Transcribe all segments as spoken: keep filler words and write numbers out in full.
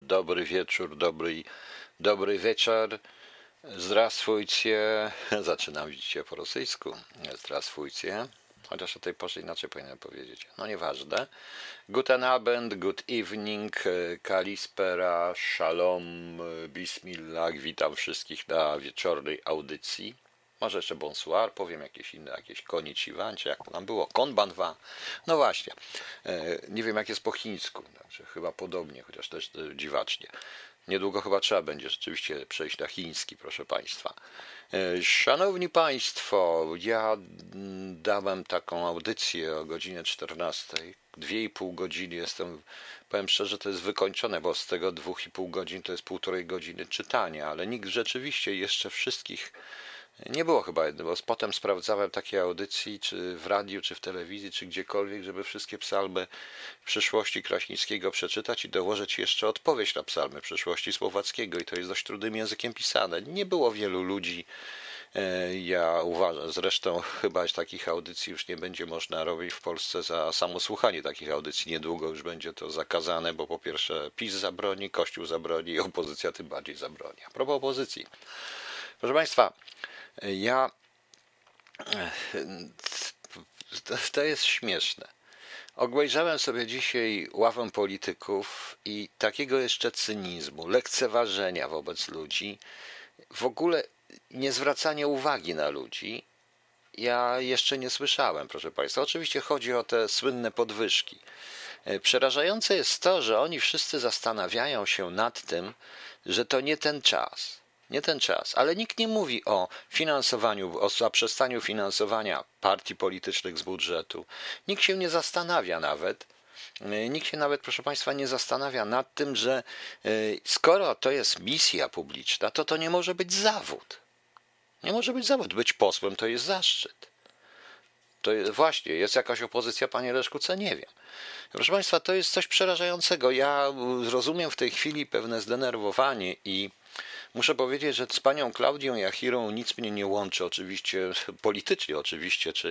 dobry wieczór, dobry, dobry wieczór. Zdrastwujcie. Zaczynam, widzicie, po rosyjsku. Zdrastwujcie. Chociaż o tej porze inaczej powinienem powiedzieć. No nieważne. Guten Abend, good evening, kalispera, shalom, bismillah. Witam wszystkich na wieczornej audycji. Może jeszcze bonsoir, powiem jakieś inne, jakieś konnichiwa, czy jak to tam było, konbanwa. No właśnie, nie wiem jak jest po chińsku, znaczy, chyba podobnie, chociaż też dziwacznie. Niedługo chyba trzeba będzie rzeczywiście przejść na chiński, proszę Państwa. Szanowni Państwo, ja dałem taką audycję o godzinie czternastej. Dwie i pół godziny jestem, powiem szczerze, to jest wykończone, bo z tego dwóch i pół godzin to jest półtorej godziny czytania, ale nikt rzeczywiście jeszcze wszystkich nie było chyba jednego, bo potem sprawdzałem takie audycji, czy w radiu, czy w telewizji, czy gdziekolwiek, żeby wszystkie psalmy przyszłości Kraśnickiego przeczytać i dołożyć jeszcze odpowiedź na psalmy przyszłości Słowackiego i to jest dość trudnym językiem pisane. Nie było wielu ludzi, ja uważam, zresztą chyba takich audycji już nie będzie można robić w Polsce za samo słuchanie takich audycji. Niedługo już będzie to zakazane, bo po pierwsze PiS zabroni, Kościół zabroni i opozycja tym bardziej zabroni. A propos opozycji. Proszę Państwa, ja... To jest śmieszne. Obejrzałem sobie dzisiaj ławę polityków i takiego jeszcze cynizmu, lekceważenia wobec ludzi, w ogóle nie zwracania uwagi na ludzi, ja jeszcze nie słyszałem, proszę Państwa. Oczywiście chodzi o te słynne podwyżki. Przerażające jest to, że oni wszyscy zastanawiają się nad tym, że to nie ten czas. Nie ten czas, ale nikt nie mówi o finansowaniu, o zaprzestaniu finansowania partii politycznych z budżetu. Nikt się nie zastanawia nawet, nikt się nawet, proszę Państwa, nie zastanawia nad tym, że skoro to jest misja publiczna, to to nie może być zawód. Nie może być zawód. Być posłem to jest zaszczyt. To jest, właśnie, jest jakaś opozycja, panie Leszku, co nie wiem. Proszę Państwa, to jest coś przerażającego. Ja rozumiem w tej chwili pewne zdenerwowanie i muszę powiedzieć, że z panią Klaudią Jachirą nic mnie nie łączy, oczywiście politycznie oczywiście, czy,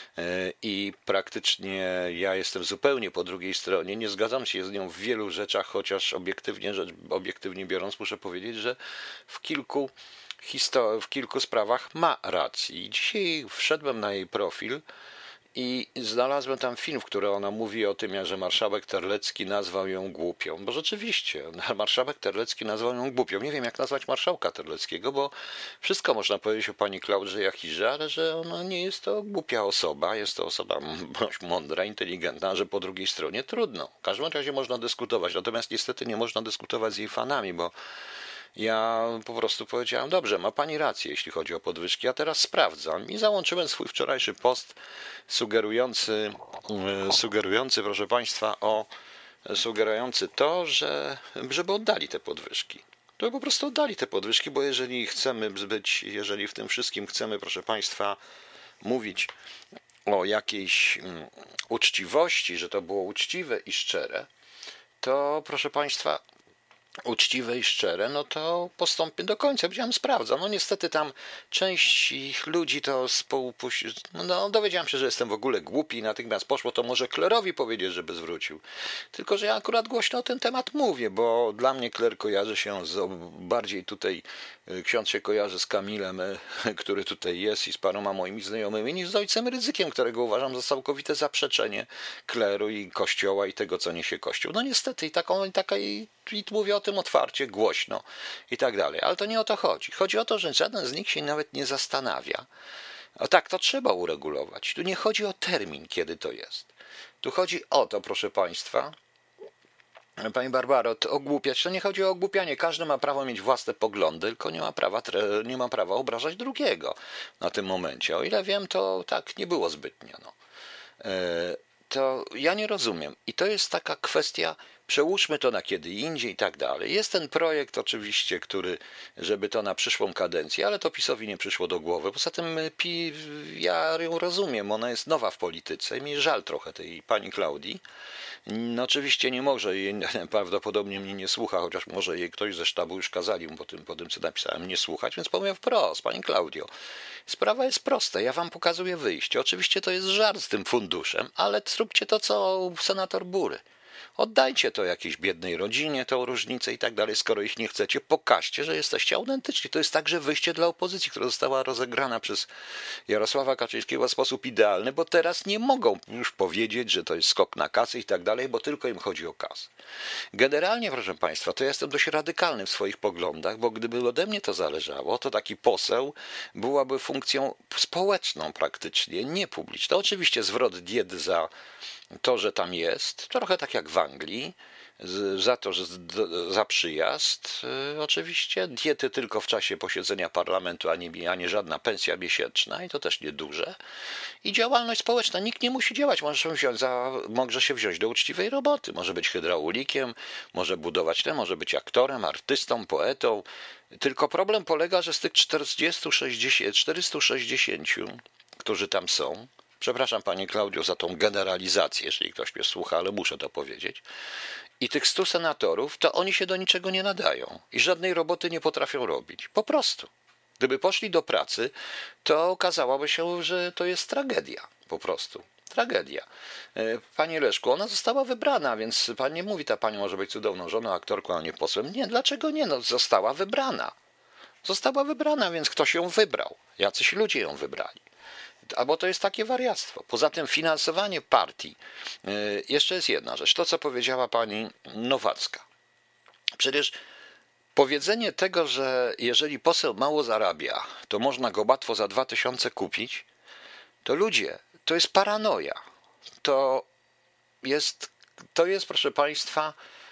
i praktycznie ja jestem zupełnie po drugiej stronie. Nie zgadzam się z nią w wielu rzeczach, chociaż obiektywnie, rzecz, obiektywnie biorąc muszę powiedzieć, że w kilku, histo- w kilku sprawach ma rację. Dzisiaj wszedłem na jej profil i znalazłem tam film, w którym ona mówi o tym, że marszałek Terlecki nazwał ją głupią. Bo rzeczywiście, marszałek Terlecki nazwał ją głupią. Nie wiem, jak nazwać marszałka Terleckiego, bo wszystko można powiedzieć o pani Klaudze Jachirze, ale że ona nie jest to głupia osoba, jest to osoba dość mądra, inteligentna, że po drugiej stronie trudno. W każdym razie można dyskutować, natomiast niestety nie można dyskutować z jej fanami, bo ja po prostu powiedziałem, dobrze, ma pani rację, jeśli chodzi o podwyżki, a teraz sprawdzam i załączyłem swój wczorajszy post sugerujący, sugerujący, proszę Państwa, o, sugerujący to, że, żeby oddali te podwyżki. To po prostu oddali te podwyżki, bo jeżeli chcemy być, jeżeli w tym wszystkim chcemy, proszę Państwa, mówić o jakiejś uczciwości, że to było uczciwe i szczere, to proszę Państwa, uczciwe i szczere, no to postąpię do końca. Powiedziałem, sprawdzam. No niestety tam część ich ludzi to społupuści... No dowiedziałem się, że jestem w ogóle głupi i natychmiast poszło to może klerowi powiedzieć, żeby zwrócił. Tylko, że ja akurat głośno o ten temat mówię, bo dla mnie kler kojarzy się z... bardziej tutaj ksiądz się kojarzy z Kamilem, który tutaj jest i z paroma moimi znajomymi, niż z ojcem Rydzykiem, którego uważam za całkowite zaprzeczenie kleru i kościoła i tego, co niesie kościół. No niestety i taką, i taka i, i mówię o tym otwarcie, głośno i tak dalej. Ale to nie o to chodzi. Chodzi o to, że żaden z nich się nawet nie zastanawia. A tak, to trzeba uregulować. Tu nie chodzi o termin, kiedy to jest. Tu chodzi o to, proszę Państwa, Pani Barbaro, to ogłupiać, to nie chodzi o ogłupianie. Każdy ma prawo mieć własne poglądy, tylko nie ma prawa, nie ma prawa obrażać drugiego na tym momencie. O ile wiem, to tak nie było zbytnio. No. To ja nie rozumiem. I to jest taka kwestia, przełóżmy to na kiedy indziej i tak dalej. Jest ten projekt oczywiście, który, żeby to na przyszłą kadencję, ale to PiS-owi nie przyszło do głowy. Poza tym Pi, ja ją rozumiem, ona jest nowa w polityce i mi żal trochę tej pani Klaudii. No oczywiście nie może, jej prawdopodobnie mnie nie słucha, chociaż może jej ktoś ze sztabu już kazali mu po tym, po tym co napisałem, nie słuchać, więc powiem wprost, pani Klaudio, sprawa jest prosta, ja wam pokazuję wyjście. Oczywiście to jest żart z tym funduszem, ale zróbcie to, co senator Bury. Oddajcie to jakiejś biednej rodzinie, tą różnicę i tak dalej. Skoro ich nie chcecie, pokażcie, że jesteście autentyczni. To jest także wyjście dla opozycji, która została rozegrana przez Jarosława Kaczyńskiego w sposób idealny, bo teraz nie mogą już powiedzieć, że to jest skok na kasę i tak dalej, bo tylko im chodzi o kasę. Generalnie, proszę Państwa, to ja jestem dość radykalny w swoich poglądach, bo gdyby ode mnie to zależało, to taki poseł byłaby funkcją społeczną praktycznie, nie publiczną. Oczywiście zwrot diet za to, że tam jest, trochę tak jak w Anglii, za to, że za przyjazd, oczywiście diety tylko w czasie posiedzenia parlamentu, a nie, a nie żadna pensja miesięczna i to też nieduże. I działalność społeczna, nikt nie musi działać, może się wziąć, za, może się wziąć do uczciwej roboty, może być hydraulikiem, może budować te, może być aktorem, artystą, poetą. Tylko problem polega, że z tych czterdziestu, sześćdziesięciu, czterystu sześćdziesięciu, którzy tam są, przepraszam Panie Klaudio za tą generalizację, jeżeli ktoś mnie słucha, ale muszę to powiedzieć, i tych stu senatorów, to oni się do niczego nie nadają i żadnej roboty nie potrafią robić. Po prostu. Gdyby poszli do pracy, to okazałoby się, że to jest tragedia. Po prostu. Tragedia. Panie Leszku, ona została wybrana, więc pan nie mówi, ta pani może być cudowną żoną, aktorką, a nie posłem. Nie, dlaczego nie? No, została wybrana. Została wybrana, więc ktoś ją wybrał. Jacyś ludzie ją wybrali. Albo to jest takie wariactwo. Poza tym finansowanie partii. Jeszcze jest jedna rzecz. To, co powiedziała pani Nowacka. Przecież powiedzenie tego, że jeżeli poseł mało zarabia, to można go łatwo za dwa tysiące kupić, to ludzie, to jest paranoja. To jest, to jest proszę państwa,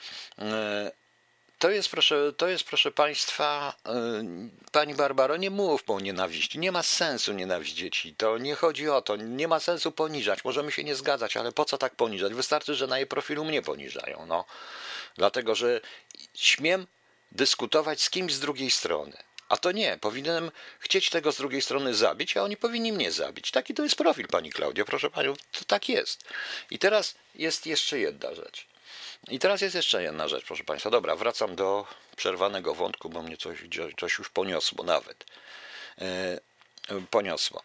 To jest, proszę, to jest, proszę Państwa, yy, Pani Barbaro, nie mów o nienawiści. Nie ma sensu nienawidzieć i to nie chodzi o to. Nie ma sensu poniżać. Możemy się nie zgadzać, ale po co tak poniżać? Wystarczy, że na jej profilu mnie poniżają. No. Dlatego, że śmiem dyskutować z kimś z drugiej strony. A to nie. Powinienem chcieć tego z drugiej strony zabić, a oni powinni mnie zabić. Taki to jest profil, Pani Klaudio. Proszę Panią, to tak jest. I teraz jest jeszcze jedna rzecz. I teraz jest jeszcze jedna rzecz, proszę Państwa. Dobra, wracam do przerwanego wątku, bo mnie coś, coś już poniosło nawet. Yy, poniosło.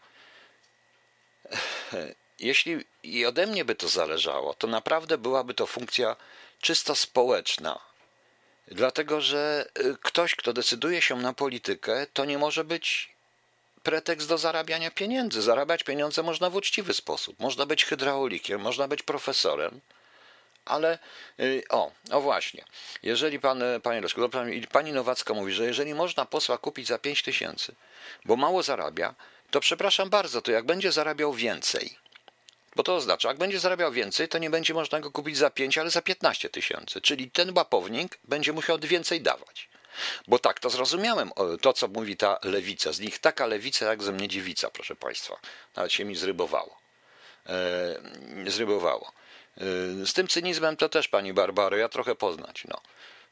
Jeśli i ode mnie by to zależało, to naprawdę byłaby to funkcja czysto społeczna. Dlatego, że ktoś, kto decyduje się na politykę, to nie może być pretekst do zarabiania pieniędzy. Zarabiać pieniądze można w uczciwy sposób. Można być hydraulikiem, można być profesorem. Ale, o, o właśnie, jeżeli pan, panie Leszku, pani Nowacka mówi, że jeżeli można posła kupić za pięć tysięcy, bo mało zarabia, to przepraszam bardzo, to jak będzie zarabiał więcej, bo to oznacza, jak będzie zarabiał więcej, to nie będzie można go kupić za pięć, ale za piętnaście tysięcy, czyli ten łapownik będzie musiał więcej dawać. Bo tak to zrozumiałem, to co mówi ta lewica, z nich taka lewica jak ze mnie dziewica, proszę państwa, nawet się mi zrybowało, e, zrybowało. Z tym cynizmem to też, pani Barbaro, ja trochę poznać. No.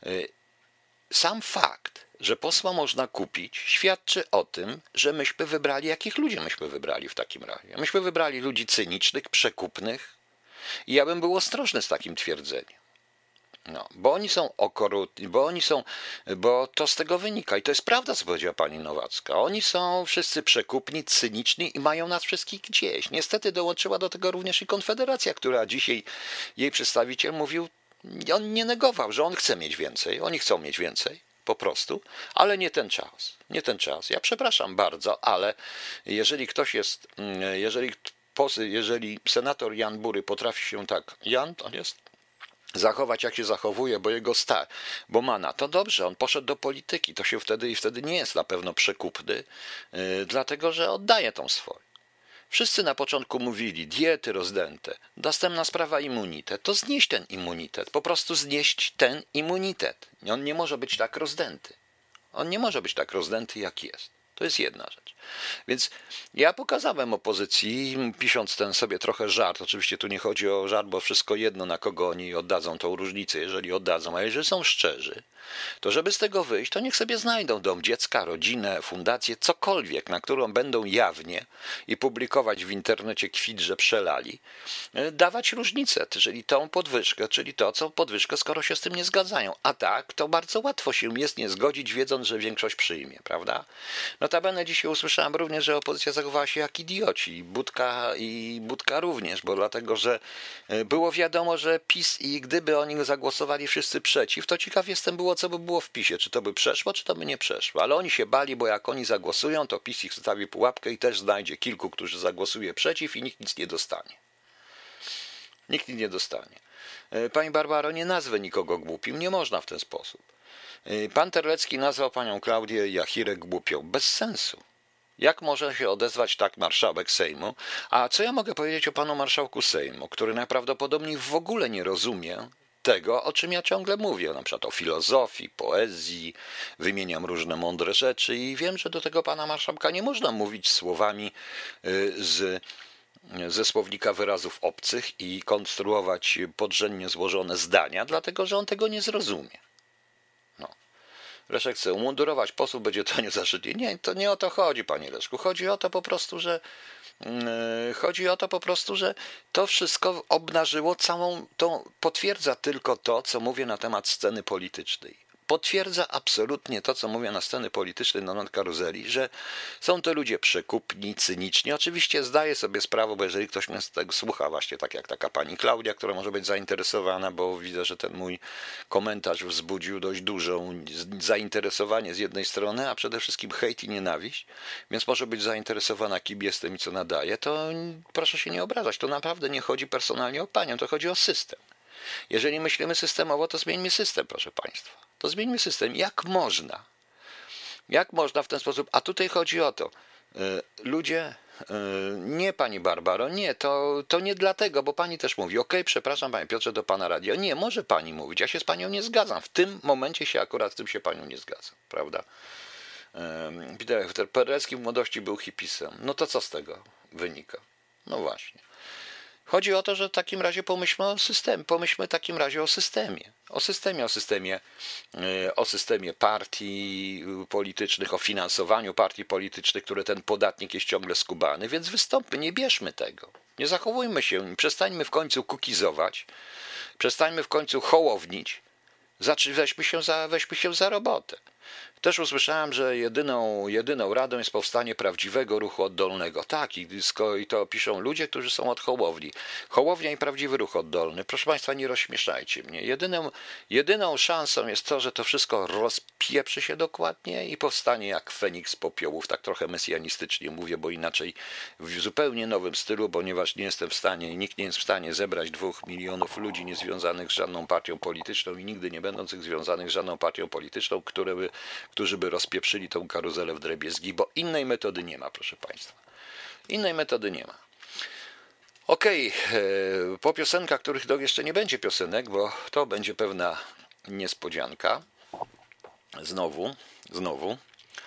Sam fakt, że posła można kupić, świadczy o tym, że myśmy wybrali, jakich ludzi myśmy wybrali w takim razie. Myśmy wybrali ludzi cynicznych, przekupnych i ja bym był ostrożny z takim twierdzeniem. No, bo oni są okrutni, bo oni są, bo to z tego wynika i to jest prawda, co powiedziała pani Nowacka. Oni są wszyscy przekupni, cyniczni i mają nas wszystkich gdzieś. Niestety dołączyła do tego również i Konfederacja, która dzisiaj, jej przedstawiciel mówił, on nie negował, że on chce mieć więcej, oni chcą mieć więcej, po prostu, ale nie ten czas, nie ten czas. Ja przepraszam bardzo, ale jeżeli ktoś jest, jeżeli, jeżeli senator Jan Bury potrafi się tak, Jan, on jest? Zachować, jak się zachowuje, bo jego sta, bo ma na to dobrze, on poszedł do polityki, to się wtedy i wtedy nie jest na pewno przekupny, yy, dlatego że oddaje tą swoją. Wszyscy na początku mówili, diety rozdęte, następna sprawa immunitet, to znieść ten immunitet, po prostu znieść ten immunitet. On nie może być tak rozdęty. On nie może być tak rozdęty, jak jest. To jest jedna rzecz. Więc ja pokazałem opozycji, pisząc ten sobie trochę żart, oczywiście tu nie chodzi o żart, bo wszystko jedno, na kogo oni oddadzą tą różnicę, jeżeli oddadzą, a jeżeli są szczerzy, to żeby z tego wyjść, to niech sobie znajdą dom dziecka, rodzinę, fundację, cokolwiek, na którą będą jawnie i publikować w internecie kwit, że przelali, dawać różnicę, czyli tą podwyżkę, czyli to, co podwyżkę, skoro się z tym nie zgadzają. A tak, to bardzo łatwo się jest nie zgodzić, wiedząc, że większość przyjmie, prawda? No Notabene dzisiaj usłyszałem również, że opozycja zachowała się jak idioci. Budka i Budka również, bo dlatego, że było wiadomo, że PiS i gdyby oni zagłosowali wszyscy przeciw, to ciekaw jestem było, co by było w PiSie. Czy to by przeszło, czy to by nie przeszło. Ale oni się bali, bo jak oni zagłosują, to PiS ich stawi pułapkę i też znajdzie kilku, którzy zagłosuje przeciw i nikt nic nie dostanie. Nikt nic nie dostanie. Pani Barbaro, nie nazwę nikogo głupim, nie można w ten sposób. Pan Terlecki nazwał panią Klaudię Jachirek głupią. Bez sensu. Jak może się odezwać tak marszałek Sejmu? A co ja mogę powiedzieć o panu marszałku Sejmu, który najprawdopodobniej w ogóle nie rozumie tego, o czym ja ciągle mówię, na przykład o filozofii, poezji, wymieniam różne mądre rzeczy i wiem, że do tego pana marszałka nie można mówić słowami z, ze słownika wyrazów obcych i konstruować podrzędnie złożone zdania, dlatego że on tego nie zrozumie. No. Leszek chce umundurować posłów, będzie to nie zaszczytnie. Nie, to nie o to chodzi, panie Leszku. Chodzi o to po prostu, że yy, chodzi o to po prostu, że to wszystko obnażyło całą, to potwierdza tylko to, co mówię na temat sceny politycznej. Potwierdza absolutnie to, co mówię na sceny politycznej na karuzeli, że są to ludzie przekupni, cyniczni. Oczywiście zdaję sobie sprawę, bo jeżeli ktoś mnie z tego słucha, właśnie tak jak taka pani Klaudia, która może być zainteresowana, bo widzę, że ten mój komentarz wzbudził dość dużą zainteresowanie z jednej strony, a przede wszystkim hejt i nienawiść, więc może być zainteresowana, kim jestem i co nadaję, to proszę się nie obrażać. To naprawdę nie chodzi personalnie o panią, to chodzi o system. Jeżeli myślimy systemowo, to zmieńmy system, proszę państwa. To zmieńmy system. Jak można? Jak można w ten sposób? A tutaj chodzi o to. Ludzie, nie pani Barbaro, nie, to, to nie dlatego, bo pani też mówi, okej, przepraszam panie Piotrze, do pana radio. Nie, może pani mówić, ja się z panią nie zgadzam. W tym momencie się akurat z tym się panią nie zgadzam, prawda? Peter Perecki w młodości był hipisem. No to co z tego wynika? No właśnie. Chodzi o to, że w takim razie pomyślmy o systemie, pomyślmy w takim razie o systemie, o systemie, o systemie, o systemie partii politycznych, o finansowaniu partii politycznych, które ten podatnik jest ciągle skubany, więc wystąpmy, nie bierzmy tego, nie zachowujmy się, przestańmy w końcu kukizować, przestańmy w końcu hołownić, weźmy się za, weźmy się za robotę. Też usłyszałem, że jedyną, jedyną radą jest powstanie prawdziwego ruchu oddolnego. Tak, i to piszą ludzie, którzy są od Hołowni. Hołownia i prawdziwy ruch oddolny. Proszę państwa, nie rozśmieszajcie mnie. Jedyną, jedyną szansą jest to, że to wszystko rozpieprzy się dokładnie i powstanie jak Feniks z popiołów. Tak trochę mesjanistycznie mówię, bo inaczej w zupełnie nowym stylu, ponieważ nie jestem w stanie, nikt nie jest w stanie zebrać dwóch milionów ludzi niezwiązanych z żadną partią polityczną i nigdy nie będących związanych z żadną partią polityczną, które by którzy by rozpieprzyli tą karuzelę w drebiezgi, bo innej metody nie ma, proszę państwa. Innej metody nie ma. Okej, okay. Po piosenkach, których to jeszcze nie będzie piosenek, bo to będzie pewna niespodzianka. Znowu, znowu.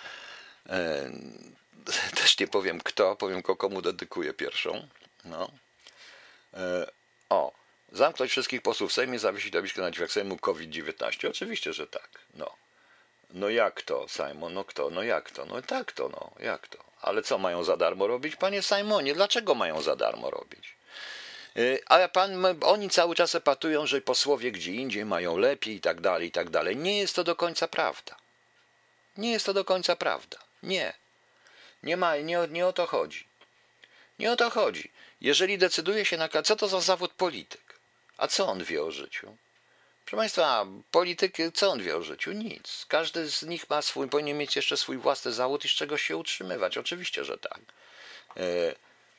E, też nie powiem kto, powiem komu dedykuję pierwszą. No. E, o, zamknąć wszystkich posłów w Sejmie, zawiesić tabliczkę na drzwiach Sejmu COVID dziewiętnaście. Oczywiście, że tak. No. No jak to, Simon? No kto? No jak to? No tak to, no jak to? Ale co mają za darmo robić? Panie Simonie, dlaczego mają za darmo robić? Yy, ale pan, oni cały czas epatują, że posłowie gdzie indziej mają lepiej i tak dalej, i tak dalej. Nie jest to do końca prawda. Nie jest to do końca prawda. Nie. Nie ma, nie, nie o to chodzi. Nie o to chodzi. Jeżeli decyduje się na... Co to za zawód polityk? A co on wie o życiu? Proszę państwa, polityk, co on wie o życiu? Nic. Każdy z nich ma swój, powinien mieć jeszcze swój własny zawód i z czegoś się utrzymywać. Oczywiście, że tak. E, e,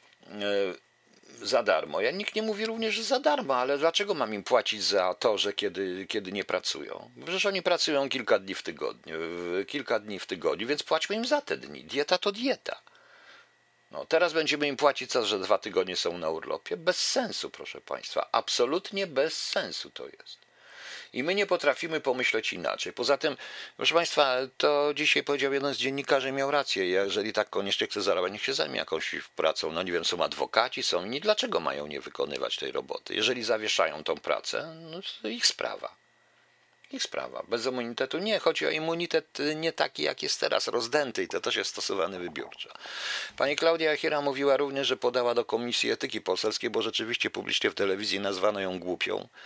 za darmo. Ja nikt nie mówi również, że za darmo, ale dlaczego mam im płacić za to, że kiedy, kiedy nie pracują? Przecież oni pracują kilka dni w tygodniu, kilka dni w tygodniu, więc płaćmy im za te dni. Dieta to dieta. No, teraz będziemy im płacić co, że dwa tygodnie są na urlopie? Bez sensu, proszę państwa. Absolutnie bez sensu to jest. I my nie potrafimy pomyśleć inaczej. Poza tym, proszę państwa, to dzisiaj powiedział jeden z dziennikarzy, miał rację. Jeżeli tak koniecznie chce zarabiać, niech się zajmie jakąś pracą. No nie wiem, są adwokaci, są inni. Dlaczego mają nie wykonywać tej roboty? Jeżeli zawieszają tą pracę, no to ich sprawa. Ich sprawa. Bez immunitetu nie. Chodzi o immunitet nie taki, jak jest teraz, rozdęty i to też jest stosowany wybiórczo. Pani Klaudia Jachira mówiła również, że podała do Komisji Etyki Poselskiej, bo rzeczywiście publicznie w telewizji nazwano ją głupią.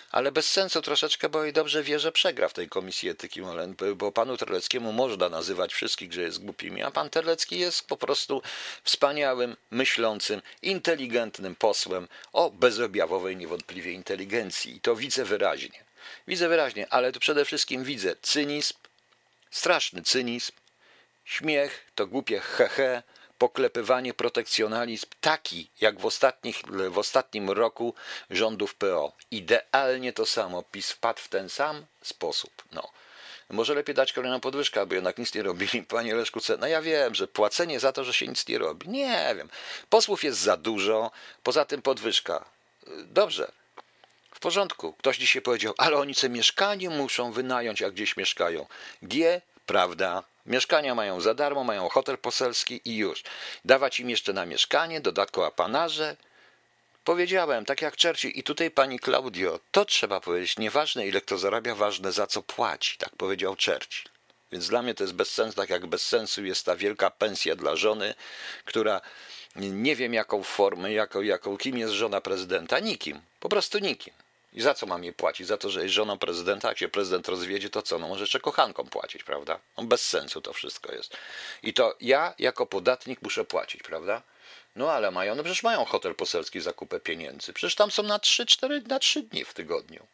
ale bez sensu troszeczkę, bo i dobrze wie, że przegra w tej Komisji Etyki, bo panu Terleckiemu można nazywać wszystkich, że jest głupimi, a pan Terlecki jest po prostu wspaniałym, myślącym, inteligentnym posłem o bezobjawowej niewątpliwie inteligencji i to widzę wyraźnie. Widzę wyraźnie, ale tu przede wszystkim widzę cynizm, straszny cynizm, śmiech, to głupie hehe, poklepywanie, protekcjonalizm, taki jak w, ostatnich, w ostatnim roku rządów P O. Idealnie to samo. PiS wpadł w ten sam sposób. No. Może lepiej dać kolejną podwyżkę, aby jednak nic nie robili. Panie Leszku, no ja wiem, że płacenie za to, że się nic nie robi. Nie wiem. Posłów jest za dużo, poza tym podwyżka. Dobrze. W porządku. Ktoś dzisiaj powiedział, ale oni sobie mieszkanie muszą wynająć, jak gdzieś mieszkają. G, prawda. Mieszkania mają za darmo, mają hotel poselski i już. Dawać im jeszcze na mieszkanie, dodatkowo apanarze. Powiedziałem, tak jak Churchill i tutaj pani Klaudio, to trzeba powiedzieć, nieważne ile kto zarabia, ważne za co płaci, tak powiedział Churchill. Więc dla mnie to jest bez sensu, tak jak bez sensu jest ta wielka pensja dla żony, która nie wiem jaką formę, jaką, jaką, kim jest żona prezydenta, nikim, po prostu nikim. I za co mam jej płacić? Za to, że jest żoną prezydenta, jak się prezydent rozwiedzie, to co? No może jeszcze kochankom płacić, prawda? No bez sensu to wszystko jest. I to ja jako podatnik muszę płacić, prawda? No ale mają, no przecież mają hotel poselski za kupę pieniędzy. Przecież tam są na trzy, cztery, na trzy dni w tygodniu.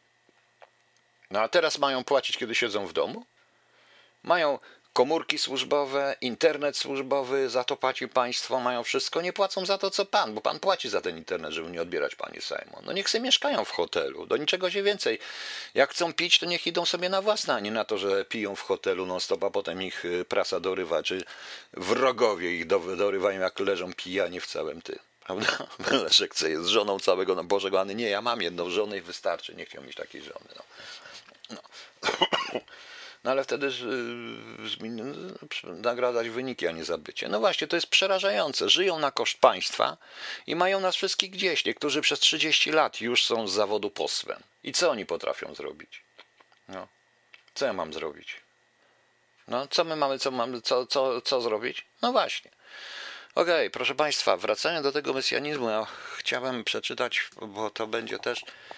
No a teraz mają płacić, kiedy siedzą w domu? Mają komórki służbowe, internet służbowy, za to płaci państwo, mają wszystko, nie płacą za to co pan, bo pan płaci za ten internet, żeby nie odbierać pani Sejmu. No niech sobie mieszkają w hotelu, do niczego się więcej. Jak chcą pić, to niech idą sobie na własne, a nie na to, że piją w hotelu non stop, a potem ich prasa dorywa, czy wrogowie ich dorywają, jak leżą pijani w całym tym. Prawda? Leszek chce jest żoną całego, no Boże kochany, nie, ja mam jedną żonę i wystarczy, nie chciał mieć takiej żony. No. No. No ale wtedy nagradzać wyniki, a nie zabycie. No właśnie, to jest przerażające. Żyją na koszt państwa i mają nas wszystkich gdzieś. Niektórzy przez trzydzieści lat już są z zawodu posłem. I co oni potrafią zrobić? No. Co ja mam zrobić? No, co my mamy, co mamy, co, co, co zrobić? No właśnie. Okej, okay, proszę państwa, wracając do tego mesjanizmu, ja chciałem przeczytać, bo to będzie też...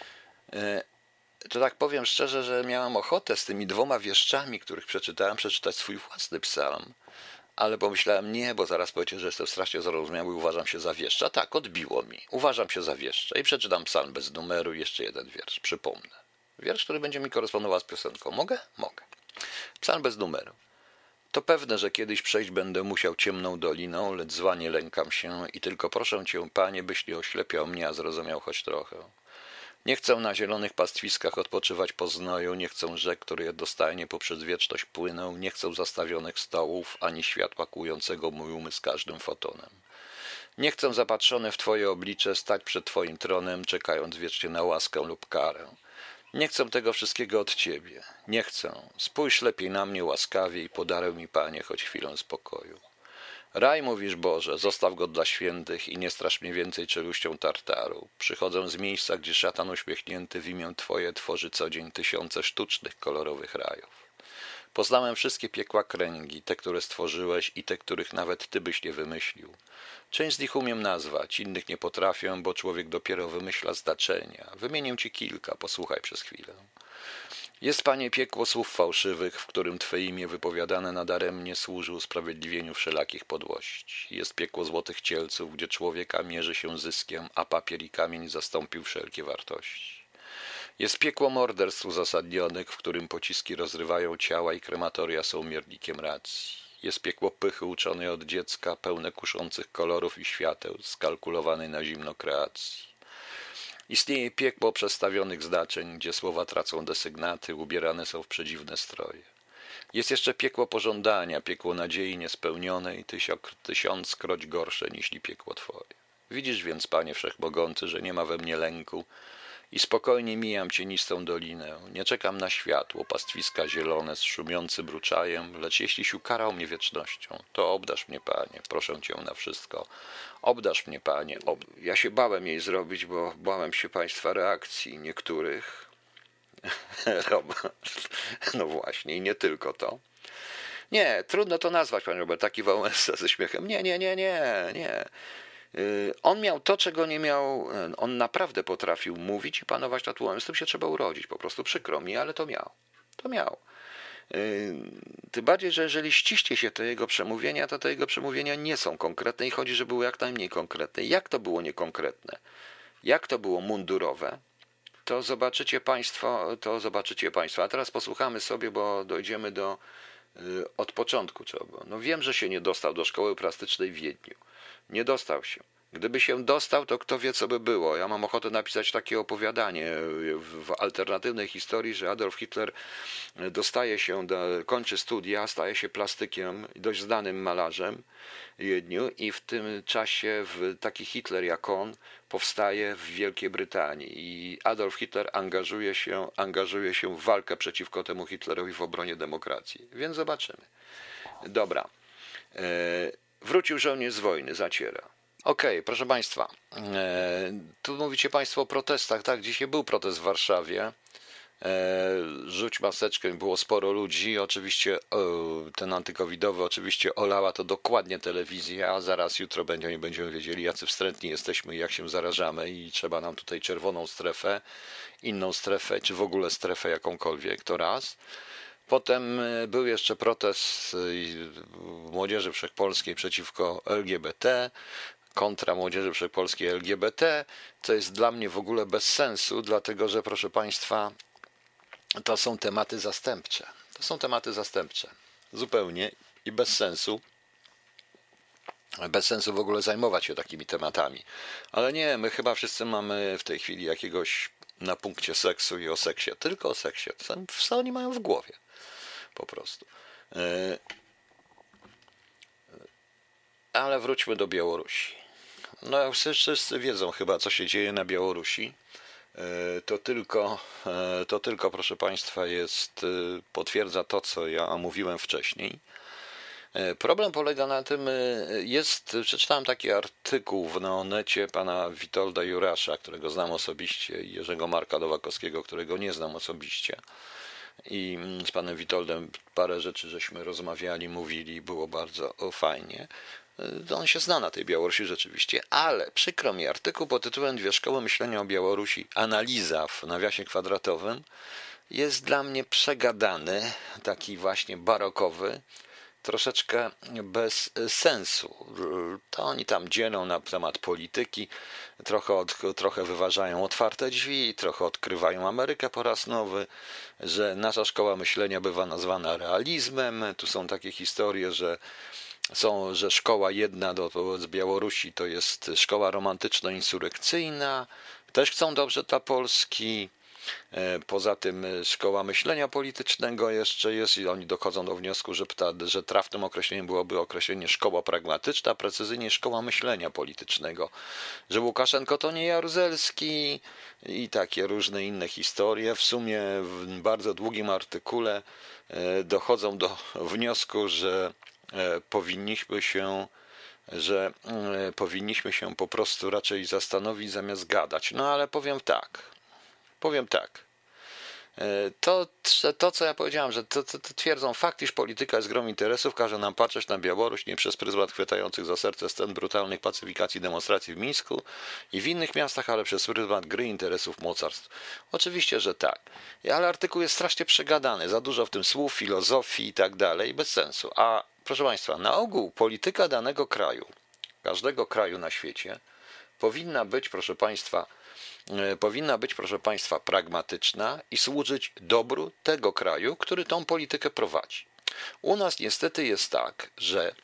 Yy, To tak powiem szczerze, że miałem ochotę z tymi dwoma wieszczami, których przeczytałem, przeczytać swój własny psalm, ale pomyślałem nie, bo zaraz powiecie, że jestem strasznie zarozumiały i uważam się za wieszcza. Tak, odbiło mi. Uważam się za wieszcza i przeczytam psalm bez numeru i jeszcze jeden wiersz, przypomnę. Wiersz, który będzie mi korespondował z piosenką. Mogę? Mogę. Psalm bez numeru. To pewne, że kiedyś przejść będę musiał ciemną doliną, lecz zła nie lękam się i tylko proszę cię, Panie, byś nie oślepiał mnie, a zrozumiał choć trochę. Nie chcę na zielonych pastwiskach odpoczywać po znoju, nie chcę rzek, które jednostajnie poprzez wieczność płyną, nie chcę zastawionych stołów, ani światła kłującego mój umysł każdym fotonem. Nie chcę zapatrzony w Twoje oblicze stać przed Twoim tronem, czekając wiecznie na łaskę lub karę. Nie chcę tego wszystkiego od Ciebie. Nie chcę. Spójrz lepiej na mnie łaskawie i podaruj mi, Panie, choć chwilę spokoju. Raj, mówisz Boże, zostaw go dla świętych i nie strasz mnie więcej czeluścią tartaru. Przychodzę z miejsca, gdzie szatan uśmiechnięty w imię Twoje tworzy co dzień tysiące sztucznych, kolorowych rajów. Poznałem wszystkie piekła kręgi, te, które stworzyłeś i te, których nawet Ty byś nie wymyślił. Część z nich umiem nazwać, innych nie potrafię, bo człowiek dopiero wymyśla znaczenia. Wymienię Ci kilka, posłuchaj przez chwilę. Jest, Panie, piekło słów fałszywych, w którym Twe imię wypowiadane nadaremnie służy usprawiedliwieniu wszelakich podłości. Jest piekło złotych cielców, gdzie człowieka mierzy się zyskiem, a papier i kamień zastąpił wszelkie wartości. Jest piekło morderstw uzasadnionych, w którym pociski rozrywają ciała i krematoria są miernikiem racji. Jest piekło pychy uczonej od dziecka, pełne kuszących kolorów i świateł, skalkulowanej na zimno kreacji. Istnieje piekło przestawionych znaczeń, gdzie słowa tracą desygnaty, ubierane są w przedziwne stroje. Jest jeszcze piekło pożądania, piekło nadziei niespełnionej, tysiąckroć gorsze niż piekło Twoje. Widzisz więc, Panie Wszechmogący, że nie ma we mnie lęku i spokojnie mijam cienistą dolinę. Nie czekam na światło, pastwiska zielone z szumiącym bruczajem, lecz jeśliś ukarał mnie wiecznością, to obdarz mnie, Panie, proszę Cię na wszystko. Obdarz mnie, Panie. Ob... Ja się bałem jej zrobić, bo bałem się Państwa reakcji niektórych. No właśnie, i nie tylko to. Nie, trudno to nazwać, Panie Robert, taki Wałęsa ze śmiechem. Nie, nie, nie, nie, nie. On miał to, czego nie miał, on naprawdę potrafił mówić i panować nad tłumem. Z tym się trzeba urodzić, po prostu przykro mi, ale to miał. To miał. Tym bardziej, że jeżeli ściśnie się te jego przemówienia, to te jego przemówienia nie są konkretne i chodzi, że były jak najmniej konkretne. Jak to było niekonkretne? Jak to było mundurowe? To zobaczycie Państwo, to zobaczycie Państwo. A teraz posłuchamy sobie, bo dojdziemy do od początku trzeba było. No wiem, że się nie dostał do szkoły plastycznej w Wiedniu. Nie dostał się. Gdyby się dostał, to kto wie, co by było. Ja mam ochotę napisać takie opowiadanie w alternatywnej historii, że Adolf Hitler dostaje się, do, kończy studia, staje się plastykiem, dość znanym malarzem w Wiedniu i w tym czasie w taki Hitler jak on powstaje w Wielkiej Brytanii i Adolf Hitler angażuje się, angażuje się w walkę przeciwko temu Hitlerowi w obronie demokracji. Więc zobaczymy. Dobra. Wrócił żołnierz z wojny, zaciera. Okej, okay, proszę Państwa, e, tu mówicie Państwo o protestach, tak, dzisiaj był protest w Warszawie, e, rzuć maseczkę, było sporo ludzi, oczywiście o, ten antykowidowy oczywiście olała to dokładnie telewizja, a zaraz jutro będziemy, będziemy wiedzieli, jacy wstrętni jesteśmy i jak się zarażamy i trzeba nam tutaj czerwoną strefę, inną strefę, czy w ogóle strefę jakąkolwiek, to raz. Potem był jeszcze protest Młodzieży Wszechpolskiej przeciwko L G B T, kontra Młodzieży Wszechpolskiej L G B T, co jest dla mnie w ogóle bez sensu, dlatego że, proszę Państwa, to są tematy zastępcze. To są tematy zastępcze. Zupełnie i bez sensu. Bez sensu w ogóle zajmować się takimi tematami. Ale nie, my chyba wszyscy mamy w tej chwili jakiegoś na punkcie seksu i o seksie. Tylko o seksie. Co oni mają w głowie? Po prostu. Ale wróćmy do Białorusi. No wszyscy wiedzą chyba, co się dzieje na Białorusi. To tylko, to tylko, proszę Państwa, jest, potwierdza to, co ja mówiłem wcześniej. Problem polega na tym, jest, przeczytałem taki artykuł w Neonecie pana Witolda Jurasza, którego znam osobiście, i Jerzego Marka Nowakowskiego, którego nie znam osobiście. I z panem Witoldem parę rzeczy żeśmy rozmawiali, mówili, było bardzo fajnie. On się zna na tej Białorusi rzeczywiście, ale przykro mi, artykuł pod tytułem Dwie szkoły myślenia o Białorusi, analiza w nawiasie kwadratowym, jest dla mnie przegadany, taki właśnie barokowy, troszeczkę bez sensu. To oni tam dzielą na temat polityki, trochę, od, trochę wyważają otwarte drzwi, trochę odkrywają Amerykę po raz nowy, że nasza szkoła myślenia bywa nazwana realizmem. Tu są takie historie, że są, że szkoła jedna do, z Białorusi to jest szkoła romantyczno-insurekcyjna, też chcą dobrze dla Polski. Poza tym szkoła myślenia politycznego jeszcze jest i oni dochodzą do wniosku, że, ta, że trafnym określeniem byłoby określenie szkoła pragmatyczna, a precyzyjnie szkoła myślenia politycznego, że Łukaszenko to nie Jaruzelski i takie różne inne historie. W sumie w bardzo długim artykule dochodzą do wniosku, że powinniśmy się że powinniśmy się po prostu raczej zastanowić zamiast gadać. No ale powiem tak, powiem tak, to, to co ja powiedziałem, że to, to, to twierdzą fakt, iż polityka jest grą interesów, każe nam patrzeć na Białoruś nie przez pryzmat chwytających za serce scen brutalnych pacyfikacji demonstracji w Mińsku i w innych miastach, ale przez pryzmat gry interesów mocarstw. Oczywiście, że tak, ale artykuł jest strasznie przegadany, za dużo w tym słów, filozofii i tak dalej, bez sensu. A proszę Państwa, na ogół polityka danego kraju, każdego kraju na świecie powinna być, proszę Państwa, powinna być, proszę Państwa, pragmatyczna i służyć dobru tego kraju, który tą politykę prowadzi. U nas niestety jest tak, że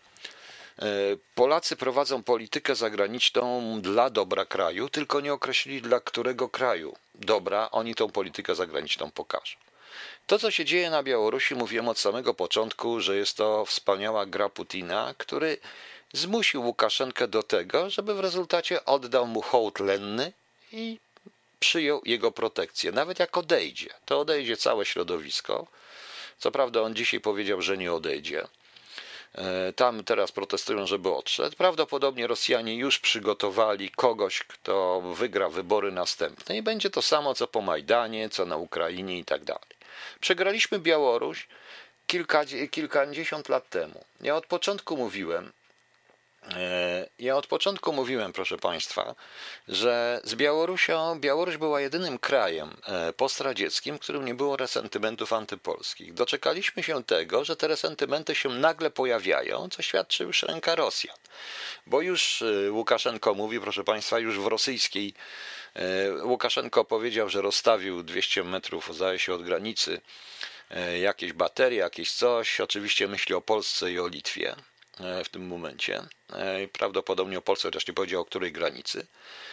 Polacy prowadzą politykę zagraniczną dla dobra kraju, tylko nie określili dla którego kraju dobra oni tą politykę zagraniczną pokażą. To, co się dzieje na Białorusi, mówiłem od samego początku, że jest to wspaniała gra Putina, który zmusił Łukaszenkę do tego, żeby w rezultacie oddał mu hołd lenny i przyjął jego protekcję. Nawet jak odejdzie, to odejdzie całe środowisko. Co prawda on dzisiaj powiedział, że nie odejdzie. Tam teraz protestują, żeby odszedł. Prawdopodobnie Rosjanie już przygotowali kogoś, kto wygra wybory następne i będzie to samo, co po Majdanie, co na Ukrainie i tak dalej. Przegraliśmy Białoruś kilka, kilkadziesiąt lat temu. Ja od początku mówiłem, Ja od początku mówiłem, proszę Państwa, że z Białorusią, Białoruś była jedynym krajem postradzieckim, w którym nie było resentymentów antypolskich. Doczekaliśmy się tego, że te resentymenty się nagle pojawiają, co świadczy już ręka Rosjan. Bo już Łukaszenko mówi, proszę Państwa, już w rosyjskiej, Łukaszenko powiedział, że rozstawił dwieście metrów, zdaje się, od granicy jakieś baterie, jakieś coś. Oczywiście myśli o Polsce i o Litwie w tym momencie. Prawdopodobnie o Polsce, chociaż nie powiedział o której granicy.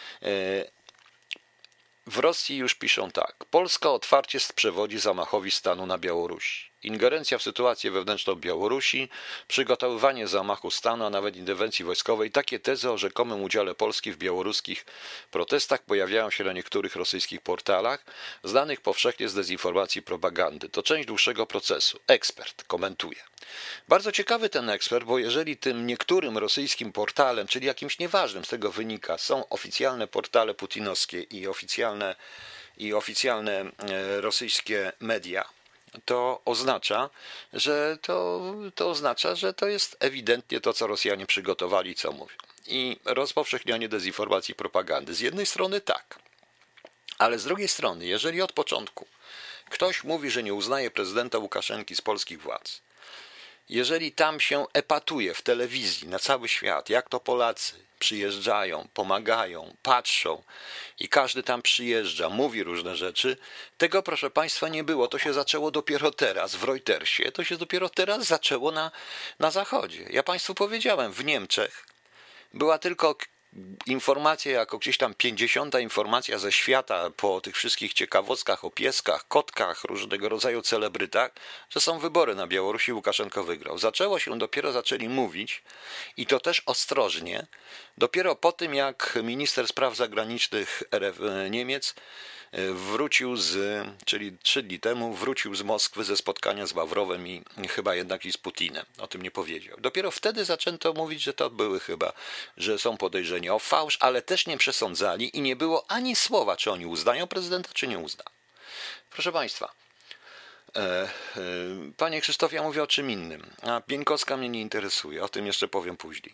W Rosji już piszą tak. Polska otwarcie przewodzi zamachowi stanu na Białorusi. Ingerencja w sytuację wewnętrzną Białorusi, przygotowywanie zamachu stanu, a nawet interwencji wojskowej. Takie tezy o rzekomym udziale Polski w białoruskich protestach pojawiają się na niektórych rosyjskich portalach, znanych powszechnie z dezinformacji i propagandy. To część dłuższego procesu. Ekspert komentuje. Bardzo ciekawy ten ekspert, bo jeżeli tym niektórym rosyjskim portalem, czyli jakimś nieważnym z tego wynika, są oficjalne portale putinowskie i oficjalne, i oficjalne rosyjskie media, to oznacza, że to, to oznacza, że to jest ewidentnie to, co Rosjanie przygotowali, co mówią. I rozpowszechnianie dezinformacji i propagandy. Z jednej strony tak, ale z drugiej strony, jeżeli od początku ktoś mówi, że nie uznaje prezydenta Łukaszenki z polskich władz, jeżeli tam się epatuje w telewizji na cały świat, jak to Polacy przyjeżdżają, pomagają, patrzą i każdy tam przyjeżdża, mówi różne rzeczy, tego, proszę Państwa, nie było. To się zaczęło dopiero teraz w Reutersie, to się dopiero teraz zaczęło na, na Zachodzie. Ja Państwu powiedziałem, w Niemczech była tylko informacja, jako gdzieś tam pięćdziesiąta informacja ze świata po tych wszystkich ciekawostkach o pieskach, kotkach, różnego rodzaju celebrytach, że są wybory na Białorusi, Łukaszenko wygrał. Zaczęło się, dopiero zaczęli mówić i to też ostrożnie, dopiero po tym jak minister spraw zagranicznych R F Niemiec wrócił z, czyli trzy dni temu, wrócił z Moskwy ze spotkania z Ławrowem i chyba jednak i z Putinem. O tym nie powiedział. Dopiero wtedy zaczęto mówić, że to były chyba, że są podejrzenia o fałsz, ale też nie przesądzali i nie było ani słowa, czy oni uznają prezydenta, czy nie uznają. Proszę Państwa, e, e, Panie Krzysztofie, ja mówię o czym innym, a Pieńkowska mnie nie interesuje, o tym jeszcze powiem później.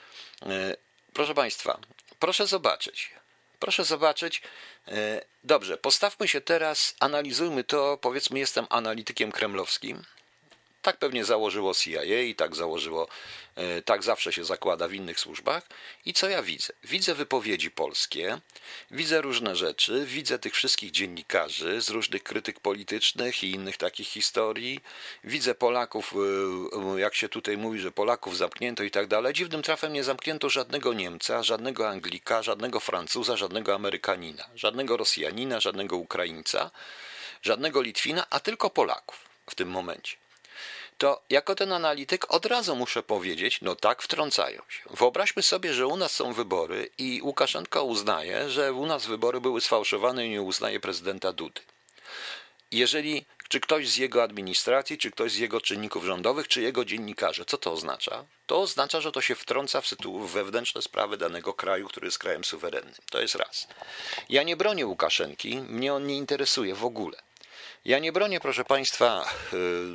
E, proszę Państwa, proszę zobaczyć, Proszę zobaczyć, dobrze, postawmy się teraz, analizujmy to, powiedzmy, jestem analitykiem kremlowskim, tak pewnie założyło C I A i tak założyło, tak zawsze się zakłada w innych służbach. I co ja widzę? Widzę wypowiedzi polskie, widzę różne rzeczy, widzę tych wszystkich dziennikarzy z różnych krytyk politycznych i innych takich historii, widzę Polaków, jak się tutaj mówi, że Polaków zamknięto i tak dalej. Dziwnym trafem nie zamknięto żadnego Niemca, żadnego Anglika, żadnego Francuza, żadnego Amerykanina, żadnego Rosjanina, żadnego Ukraińca, żadnego Litwina, a tylko Polaków w tym momencie. To jako ten analityk od razu muszę powiedzieć, no tak, wtrącają się. Wyobraźmy sobie, że u nas są wybory i Łukaszenko uznaje, że u nas wybory były sfałszowane i nie uznaje prezydenta Dudy. Jeżeli, czy ktoś z jego administracji, czy ktoś z jego czynników rządowych, czy jego dziennikarze, co to oznacza? To oznacza, że to się wtrąca w, sytu- w wewnętrzne sprawy danego kraju, który jest krajem suwerennym. To jest raz. Ja nie bronię Łukaszenki, mnie on nie interesuje w ogóle. Ja nie bronię, proszę Państwa... Yy,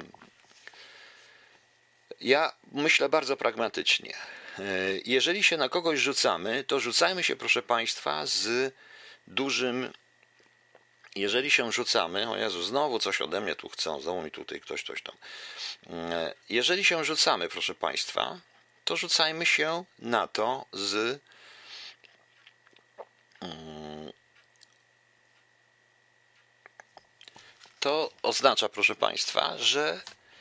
Ja myślę bardzo pragmatycznie. Jeżeli się na kogoś rzucamy, to rzucajmy się, proszę Państwa, z dużym... Jeżeli się rzucamy... O Jezu, znowu coś ode mnie tu chcą, znowu mi tutaj ktoś coś tam... Jeżeli się rzucamy, proszę Państwa, to rzucajmy się na to z... To oznacza, proszę Państwa, że...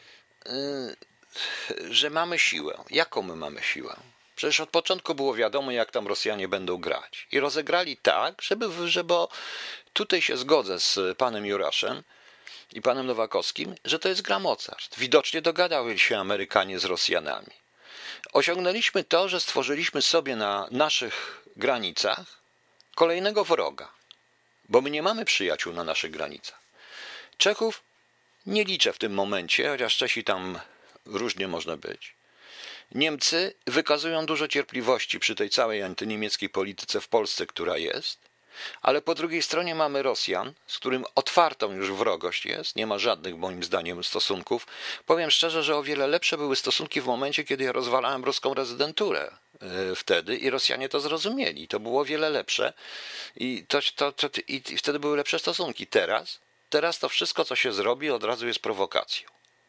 że mamy siłę. Jaką my mamy siłę? Przecież od początku było wiadomo, jak tam Rosjanie będą grać. I rozegrali tak, żeby, żeby tutaj się zgodzę z panem Juraszem i panem Nowakowskim, że to jest gra Mozart. Widocznie dogadały się Amerykanie z Rosjanami. Osiągnęliśmy to, że stworzyliśmy sobie na naszych granicach kolejnego wroga, bo my nie mamy przyjaciół na naszych granicach. Czechów nie liczę w tym momencie, chociaż Czesi tam różnie można być. Niemcy wykazują dużo cierpliwości przy tej całej antyniemieckiej polityce w Polsce, która jest, ale po drugiej stronie mamy Rosjan, z którym otwartą już wrogość jest, nie ma żadnych moim zdaniem stosunków. Powiem szczerze, że o wiele lepsze były stosunki w momencie, kiedy ja rozwalałem ruską rezydenturę wtedy i Rosjanie to zrozumieli. To było o wiele lepsze i, to, to, to, i wtedy były lepsze stosunki. Teraz, teraz to wszystko, co się zrobi, od razu jest prowokacją.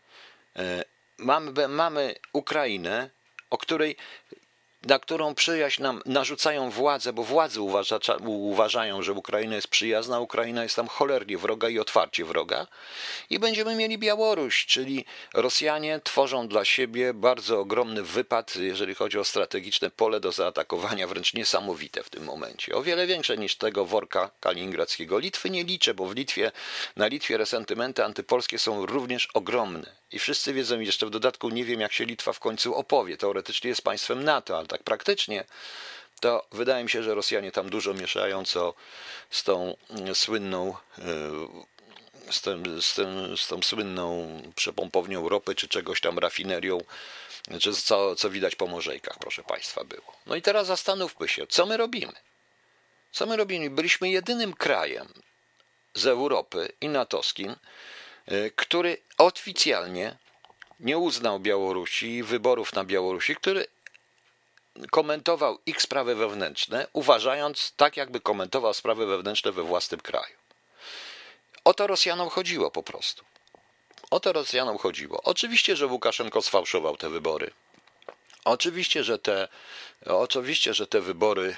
Mamy, mamy Ukrainę, o której, na którą przyjaźń nam narzucają władze, bo władze uważa, uważają, że Ukraina jest przyjazna, Ukraina jest tam cholernie wroga i otwarcie wroga. I będziemy mieli Białoruś, czyli Rosjanie tworzą dla siebie bardzo ogromny wypad, jeżeli chodzi o strategiczne pole do zaatakowania, wręcz niesamowite w tym momencie. O wiele większe niż tego worka kaliningradzkiego. Litwy nie liczę, bo w Litwie, na Litwie resentymenty antypolskie są również ogromne. I wszyscy wiedzą, i jeszcze w dodatku nie wiem, jak się Litwa w końcu opowie. Teoretycznie jest państwem NATO, ale tak praktycznie to wydaje mi się, że Rosjanie tam dużo mieszają, co z tą słynną, z, tym, z, tym, z tą słynną przepompownią ropy, czy czegoś tam rafinerią, czy co, co widać po Morzejkach, proszę Państwa, było. No i teraz zastanówmy się, co my robimy? Co my robimy? Byliśmy jedynym krajem z Europy i natowskim, który oficjalnie nie uznał Białorusi, wyborów na Białorusi, który komentował ich sprawy wewnętrzne, uważając tak, jakby komentował sprawy wewnętrzne we własnym kraju. O to Rosjanom chodziło po prostu. O to Rosjanom chodziło. Oczywiście, że Łukaszenko sfałszował te wybory. Oczywiście, że te, oczywiście, że te wybory,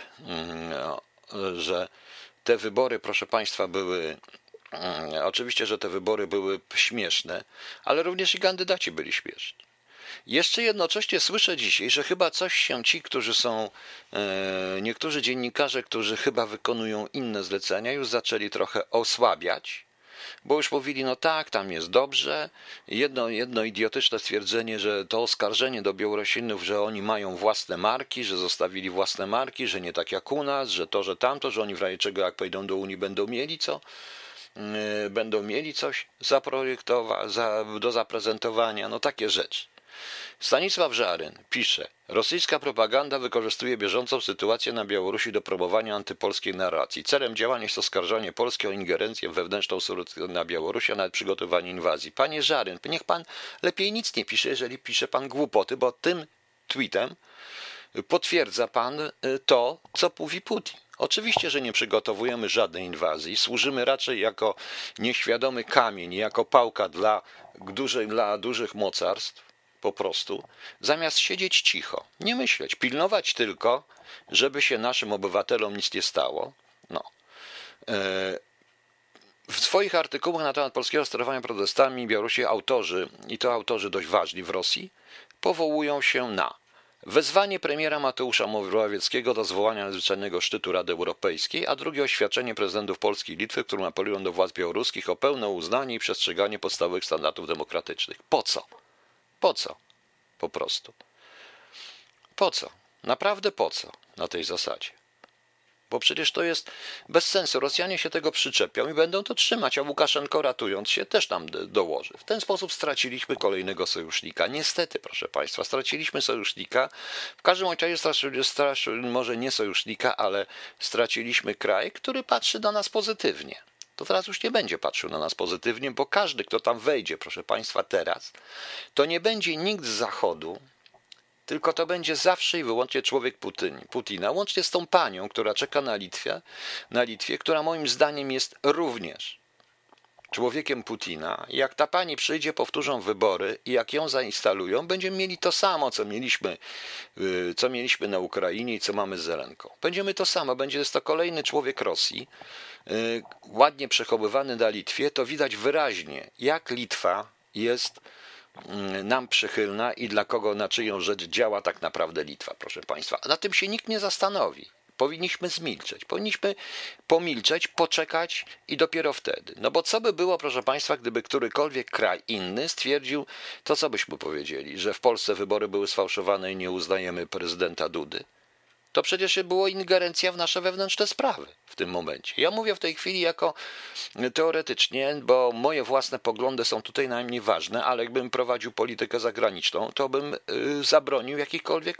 że te wybory, proszę Państwa, były Oczywiście, że te wybory były śmieszne, ale również i kandydaci byli śmieszni. Jeszcze jednocześnie słyszę dzisiaj, że chyba coś się ci, którzy są, e, niektórzy dziennikarze, którzy chyba wykonują inne zlecenia, już zaczęli trochę osłabiać, bo już mówili, no tak, tam jest dobrze. Jedno, jedno idiotyczne stwierdzenie, że to oskarżenie do Białorusinów, że oni mają własne marki, że zostawili własne marki, że nie tak jak u nas, że to, że tamto, że oni w razie czego jak pójdą do Unii będą mieli co? Będą mieli coś zaprojektować, za, do zaprezentowania, no takie rzeczy. Stanisław Żaryn pisze, rosyjska propaganda wykorzystuje bieżącą sytuację na Białorusi do promowania antypolskiej narracji. Celem działań jest oskarżanie Polski o ingerencję w wewnętrzną sytuację na Białorusi, a nawet przygotowanie inwazji. Panie Żaryn, niech pan lepiej nic nie pisze, jeżeli pisze pan głupoty, bo tym tweetem potwierdza pan to, co mówi Putin. Oczywiście, że nie przygotowujemy żadnej inwazji, służymy raczej jako nieświadomy kamień, jako pałka dla, dużej, dla dużych mocarstw, po prostu, zamiast siedzieć cicho, nie myśleć, pilnować tylko, żeby się naszym obywatelom nic nie stało. No. W swoich artykułach na temat polskiego sterowania protestami Białorusi autorzy, i to autorzy dość ważni w Rosji, powołują się na wezwanie premiera Mateusza Morawieckiego do zwołania nadzwyczajnego szczytu Rady Europejskiej, a drugie oświadczenie prezydentów Polski i Litwy, w którym apelują do władz białoruskich o pełne uznanie i przestrzeganie podstawowych standardów demokratycznych. Po co? Po co? Po prostu. Po co? Naprawdę po co? Na tej zasadzie. Bo przecież to jest bez sensu. Rosjanie się tego przyczepią i będą to trzymać, a Łukaszenko, ratując się, też tam dołoży. W ten sposób straciliśmy kolejnego sojusznika. Niestety, proszę Państwa, straciliśmy sojusznika. W każdym razie straciliśmy, straci, może nie sojusznika, ale straciliśmy kraj, który patrzy na nas pozytywnie. To teraz już nie będzie patrzył na nas pozytywnie, bo każdy, kto tam wejdzie, proszę Państwa, teraz, to nie będzie nikt z Zachodu, tylko to będzie zawsze i wyłącznie człowiek Putina, łącznie z tą panią, która czeka na Litwie, na Litwie, która moim zdaniem jest również człowiekiem Putina. Jak ta pani przyjdzie, powtórzą wybory i jak ją zainstalują, będziemy mieli to samo, co mieliśmy, co mieliśmy na Ukrainie i co mamy z Zelenką. Będziemy to samo, będzie to kolejny człowiek Rosji, ładnie przechowywany na Litwie. To widać wyraźnie, jak Litwa jest nam przychylna i dla kogo, na czyją rzecz działa tak naprawdę Litwa, proszę Państwa. Na tym się nikt nie zastanowi. Powinniśmy zmilczeć. Powinniśmy pomilczeć, poczekać i dopiero wtedy. No bo co by było, proszę Państwa, gdyby którykolwiek kraj inny stwierdził, to co byśmy powiedzieli, że w Polsce wybory były sfałszowane i nie uznajemy prezydenta Dudy? To przecież było ingerencja w nasze wewnętrzne sprawy w tym momencie. Ja mówię w tej chwili jako teoretycznie, bo moje własne poglądy są tutaj najmniej ważne, ale jakbym prowadził politykę zagraniczną, to bym zabronił jakikolwiek,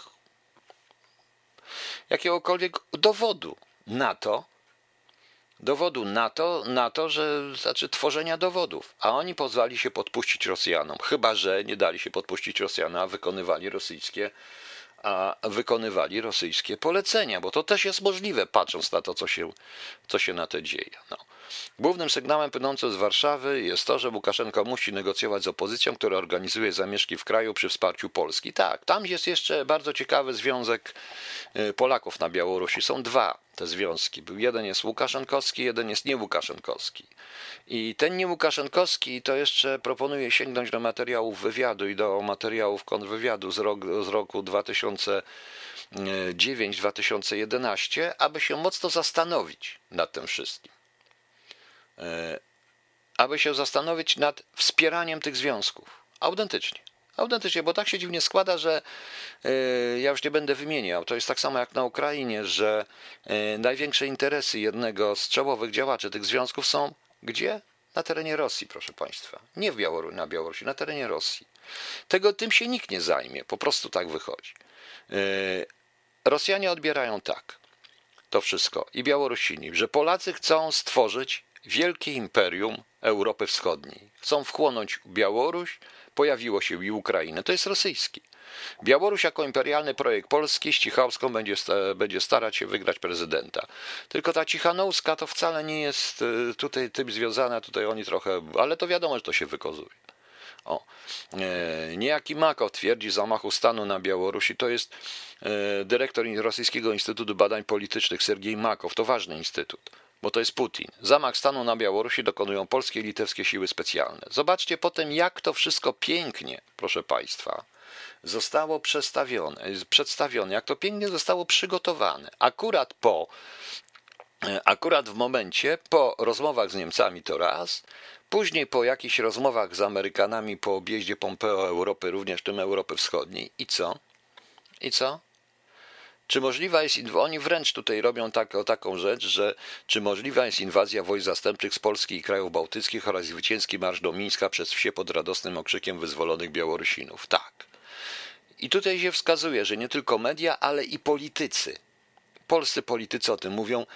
jakiegokolwiek dowodu na to, dowodu na to, na to, że znaczy tworzenia dowodów. A oni pozwali się podpuścić Rosjanom, chyba że nie dali się podpuścić Rosjanom, a wykonywali rosyjskie a wykonywali rosyjskie polecenia, bo to też jest możliwe, patrząc na to, co się, co się na to dzieje. No. Głównym sygnałem płynącym z Warszawy jest to, że Łukaszenko musi negocjować z opozycją, która organizuje zamieszki w kraju przy wsparciu Polski. Tak, tam jest jeszcze bardzo ciekawy związek Polaków na Białorusi. Są dwa te związki. Jeden jest łukaszenkowski, jeden jest niełukaszenkowski. I ten niełukaszenkowski to jeszcze proponuję sięgnąć do materiałów wywiadu i do materiałów kontrwywiadu z roku, z roku dwa tysiące dziewiątego do dwa tysiące jedenastego, aby się mocno zastanowić nad tym wszystkim. Aby się zastanowić nad wspieraniem tych związków. Autentycznie. Autentycznie, bo tak się dziwnie składa, że yy, ja już nie będę wymieniał, to jest tak samo jak na Ukrainie, że yy, największe interesy jednego z czołowych działaczy tych związków są gdzie? Na terenie Rosji, proszę Państwa. Nie w Białoru- na Białorusi, na terenie Rosji. Tego tym się nikt nie zajmie, po prostu tak wychodzi. Yy, Rosjanie odbierają tak to wszystko i Białorusini, że Polacy chcą stworzyć wielkie imperium Europy Wschodniej. Chcą wchłonąć Białoruś, pojawiło się i Ukrainę. To jest rosyjski. Białoruś jako imperialny projekt polski z Cichałowską będzie, będzie starać się wygrać prezydenta. Tylko ta Cichanouska to wcale nie jest tutaj tym związana, tutaj oni trochę, ale to wiadomo, że to się wykazuje. O, e, niejaki Makow twierdzi zamachu stanu na Białorusi. To jest e, dyrektor Rosyjskiego Instytutu Badań Politycznych Sergiej Makow. To ważny instytut, bo to jest Putin. Zamach stanu na Białorusi dokonują polskie i litewskie siły specjalne. Zobaczcie potem, jak to wszystko pięknie, proszę Państwa, zostało przestawione, przedstawione, jak to pięknie zostało przygotowane. Akurat po, akurat w momencie, po rozmowach z Niemcami to raz, później po jakichś rozmowach z Amerykanami po objeździe Pompeo Europy, również w tym Europy Wschodniej. I co? I co? Czy możliwa jest, oni wręcz tutaj robią tak, taką rzecz, że czy możliwa jest inwazja wojsk zastępczych z Polski i krajów bałtyckich oraz zwycięski marsz do Mińska przez wsie pod radosnym okrzykiem wyzwolonych Białorusinów? Tak. I tutaj się wskazuje, że nie tylko media, ale i politycy. Polscy politycy o tym mówią,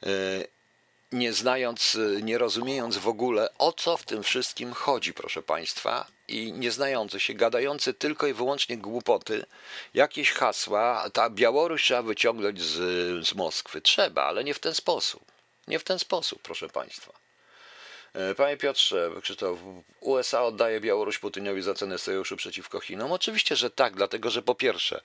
nie znając, nie rozumiejąc w ogóle, o co w tym wszystkim chodzi, proszę Państwa, i nie znający się, gadający tylko i wyłącznie głupoty, jakieś hasła, ta Białoruś trzeba wyciągnąć z, z Moskwy. Trzeba, ale nie w ten sposób. Nie w ten sposób, proszę Państwa. Panie Piotrze, Krzysztof, U S A oddaje Białoruś Putinowi za cenę sojuszu przeciwko Chinom? Oczywiście, że tak, dlatego że po pierwsze,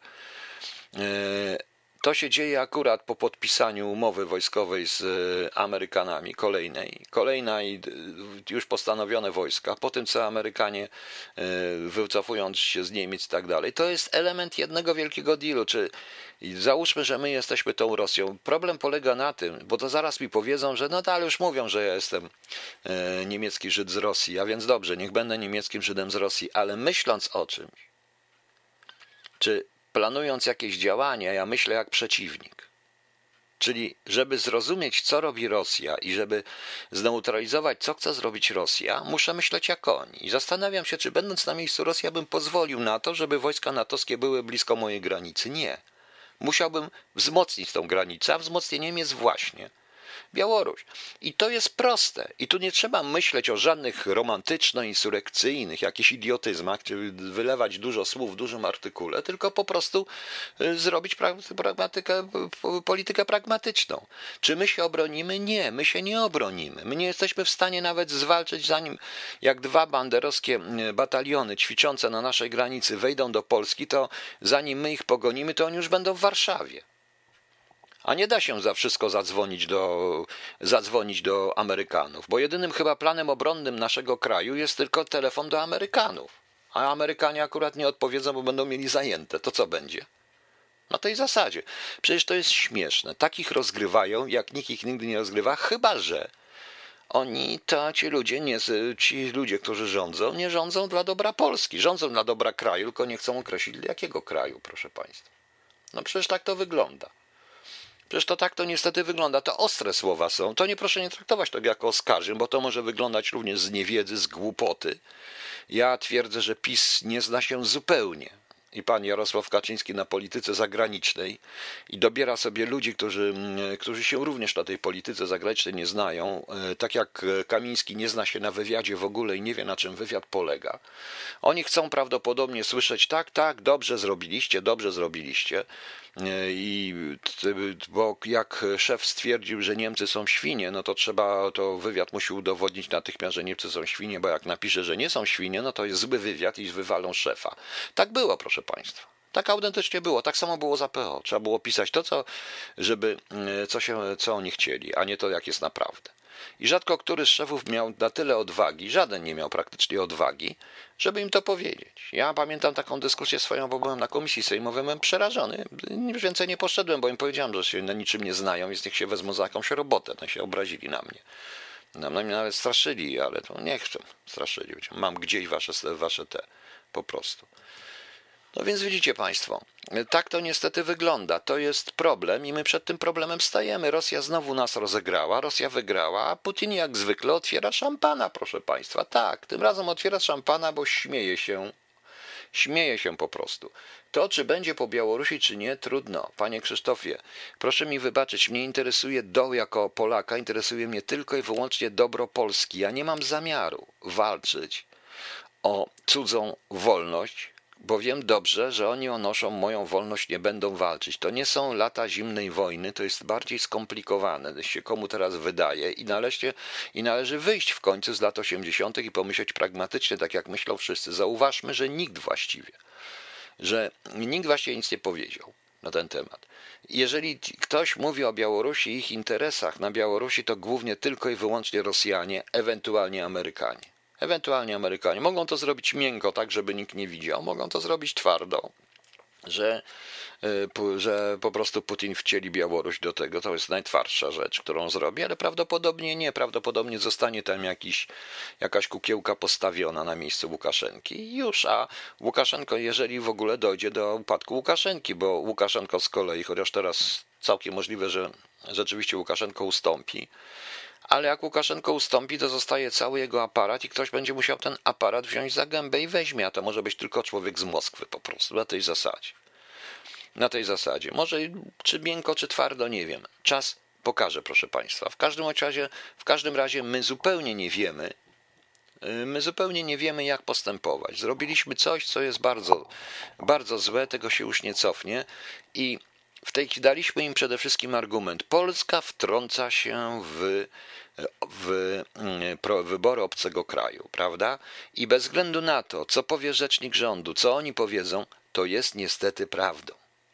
to się dzieje akurat po podpisaniu umowy wojskowej z Amerykanami, kolejnej, kolejna i już postanowione wojska, po tym co Amerykanie wycofując się z Niemiec i tak dalej. To jest element jednego wielkiego dealu, czy załóżmy, że my jesteśmy tą Rosją. Problem polega na tym, bo to zaraz mi powiedzą, że no dalej już mówią, że ja jestem niemiecki Żyd z Rosji, a więc dobrze, niech będę niemieckim Żydem z Rosji, ale myśląc o czymś, czy planując jakieś działania, ja myślę jak przeciwnik. Czyli żeby zrozumieć, co robi Rosja i żeby zneutralizować, co chce zrobić Rosja, muszę myśleć jak oni. I zastanawiam się, czy będąc na miejscu Rosji, ja bym pozwolił na to, żeby wojska natowskie były blisko mojej granicy. Nie. Musiałbym wzmocnić tą granicę, a wzmocnieniem jest właśnie Białoruś. I to jest proste. I tu nie trzeba myśleć o żadnych romantyczno-insurekcyjnych, jakichś idiotyzmach, czy wylewać dużo słów w dużym artykule, tylko po prostu zrobić pragmatykę, politykę pragmatyczną. Czy my się obronimy? Nie, my się nie obronimy. My nie jesteśmy w stanie nawet zwalczyć, zanim jak dwa banderowskie bataliony ćwiczące na naszej granicy wejdą do Polski, to zanim my ich pogonimy, to oni już będą w Warszawie. A nie da się za wszystko zadzwonić do, zadzwonić do Amerykanów, bo jedynym chyba planem obronnym naszego kraju jest tylko telefon do Amerykanów. A Amerykanie akurat nie odpowiedzą, bo będą mieli zajęte. To co będzie? Na tej zasadzie. Przecież to jest śmieszne. Takich rozgrywają, jak nikt ich nigdy nie rozgrywa, chyba że oni, to ci ludzie, nie, ci ludzie, którzy rządzą, nie rządzą dla dobra Polski. Rządzą dla dobra kraju, tylko nie chcą określić dla jakiego kraju, proszę Państwa. No przecież tak to wygląda. Przecież to tak to niestety wygląda. To ostre słowa są. To nie proszę nie traktować tego jako oskarżeń, bo to może wyglądać również z niewiedzy, z głupoty. Ja twierdzę, że PiS nie zna się zupełnie i pan Jarosław Kaczyński na polityce zagranicznej i dobiera sobie ludzi, którzy, którzy się również na tej polityce zagranicznej nie znają, tak jak Kamiński nie zna się na wywiadzie w ogóle i nie wie, na czym wywiad polega. Oni chcą prawdopodobnie słyszeć tak, tak, dobrze zrobiliście, dobrze zrobiliście. I bo jak szef stwierdził, że Niemcy są świnie, no to trzeba, to wywiad musi udowodnić natychmiast, że Niemcy są świnie, bo jak napisze, że nie są świnie, no to jest zły wywiad i wywalą szefa. Tak było, proszę państwa. Tak autentycznie było. Tak samo było za P O. Trzeba było pisać to, co, żeby, co, się, co oni chcieli, a nie to, jak jest naprawdę. I rzadko który z szefów miał na tyle odwagi, żaden nie miał praktycznie odwagi, żeby im to powiedzieć. Ja pamiętam taką dyskusję swoją, bo byłem na komisji sejmowej, byłem przerażony. Już więcej nie poszedłem, bo im powiedziałem, że się na niczym nie znają, więc niech się wezmą za jakąś robotę. No się obrazili na mnie. Na mnie nawet straszyli, ale to nie chcę. Straszyli. Mam gdzieś wasze, wasze te, po prostu. No więc widzicie państwo, tak to niestety wygląda. To jest problem i my przed tym problemem stajemy. Rosja znowu nas rozegrała, Rosja wygrała, a Putin jak zwykle otwiera szampana, proszę państwa. Tak, tym razem otwiera szampana, bo śmieje się. Śmieje się po prostu. To, czy będzie po Białorusi, czy nie, trudno. Panie Krzysztofie, proszę mi wybaczyć, mnie interesuje do jako Polaka, interesuje mnie tylko i wyłącznie dobro Polski. Ja nie mam zamiaru walczyć o cudzą wolność, bo wiem dobrze, że oni o naszą moją wolność nie będą walczyć. To nie są lata zimnej wojny, to jest bardziej skomplikowane, to się komu teraz wydaje i należy, i należy wyjść w końcu z lat osiemdziesiątych i pomyśleć pragmatycznie, tak jak myślą wszyscy. Zauważmy, że nikt właściwie, że nikt właściwie nic nie powiedział na ten temat. Jeżeli ktoś mówi o Białorusi i ich interesach na Białorusi, to głównie tylko i wyłącznie Rosjanie, ewentualnie Amerykanie. Ewentualnie Amerykanie. Mogą to zrobić miękko, tak żeby nikt nie widział. Mogą to zrobić twardo, że, że po prostu Putin wcieli Białoruś do tego. To jest najtwardsza rzecz, którą zrobi, ale prawdopodobnie nie. Prawdopodobnie zostanie tam jakiś, jakaś kukiełka postawiona na miejscu Łukaszenki. I już, a Łukaszenko, jeżeli w ogóle dojdzie do upadku Łukaszenki, bo Łukaszenko z kolei, chociaż teraz całkiem możliwe, że rzeczywiście Łukaszenko ustąpi, ale jak Łukaszenko ustąpi, to zostaje cały jego aparat i ktoś będzie musiał ten aparat wziąć za gębę i weźmie, a to może być tylko człowiek z Moskwy po prostu, na tej zasadzie. Na tej zasadzie. Może czy miękko, czy twardo, nie wiem. Czas pokaże, proszę państwa. W każdym razie, w każdym razie my zupełnie nie wiemy, my zupełnie nie wiemy, jak postępować. Zrobiliśmy coś, co jest bardzo, bardzo złe, tego się już nie cofnie i w tej chwili daliśmy im przede wszystkim argument. Polska wtrąca się w, w, w wybory obcego kraju, prawda? I bez względu na to, co powie rzecznik rządu, co oni powiedzą, to jest niestety prawdą.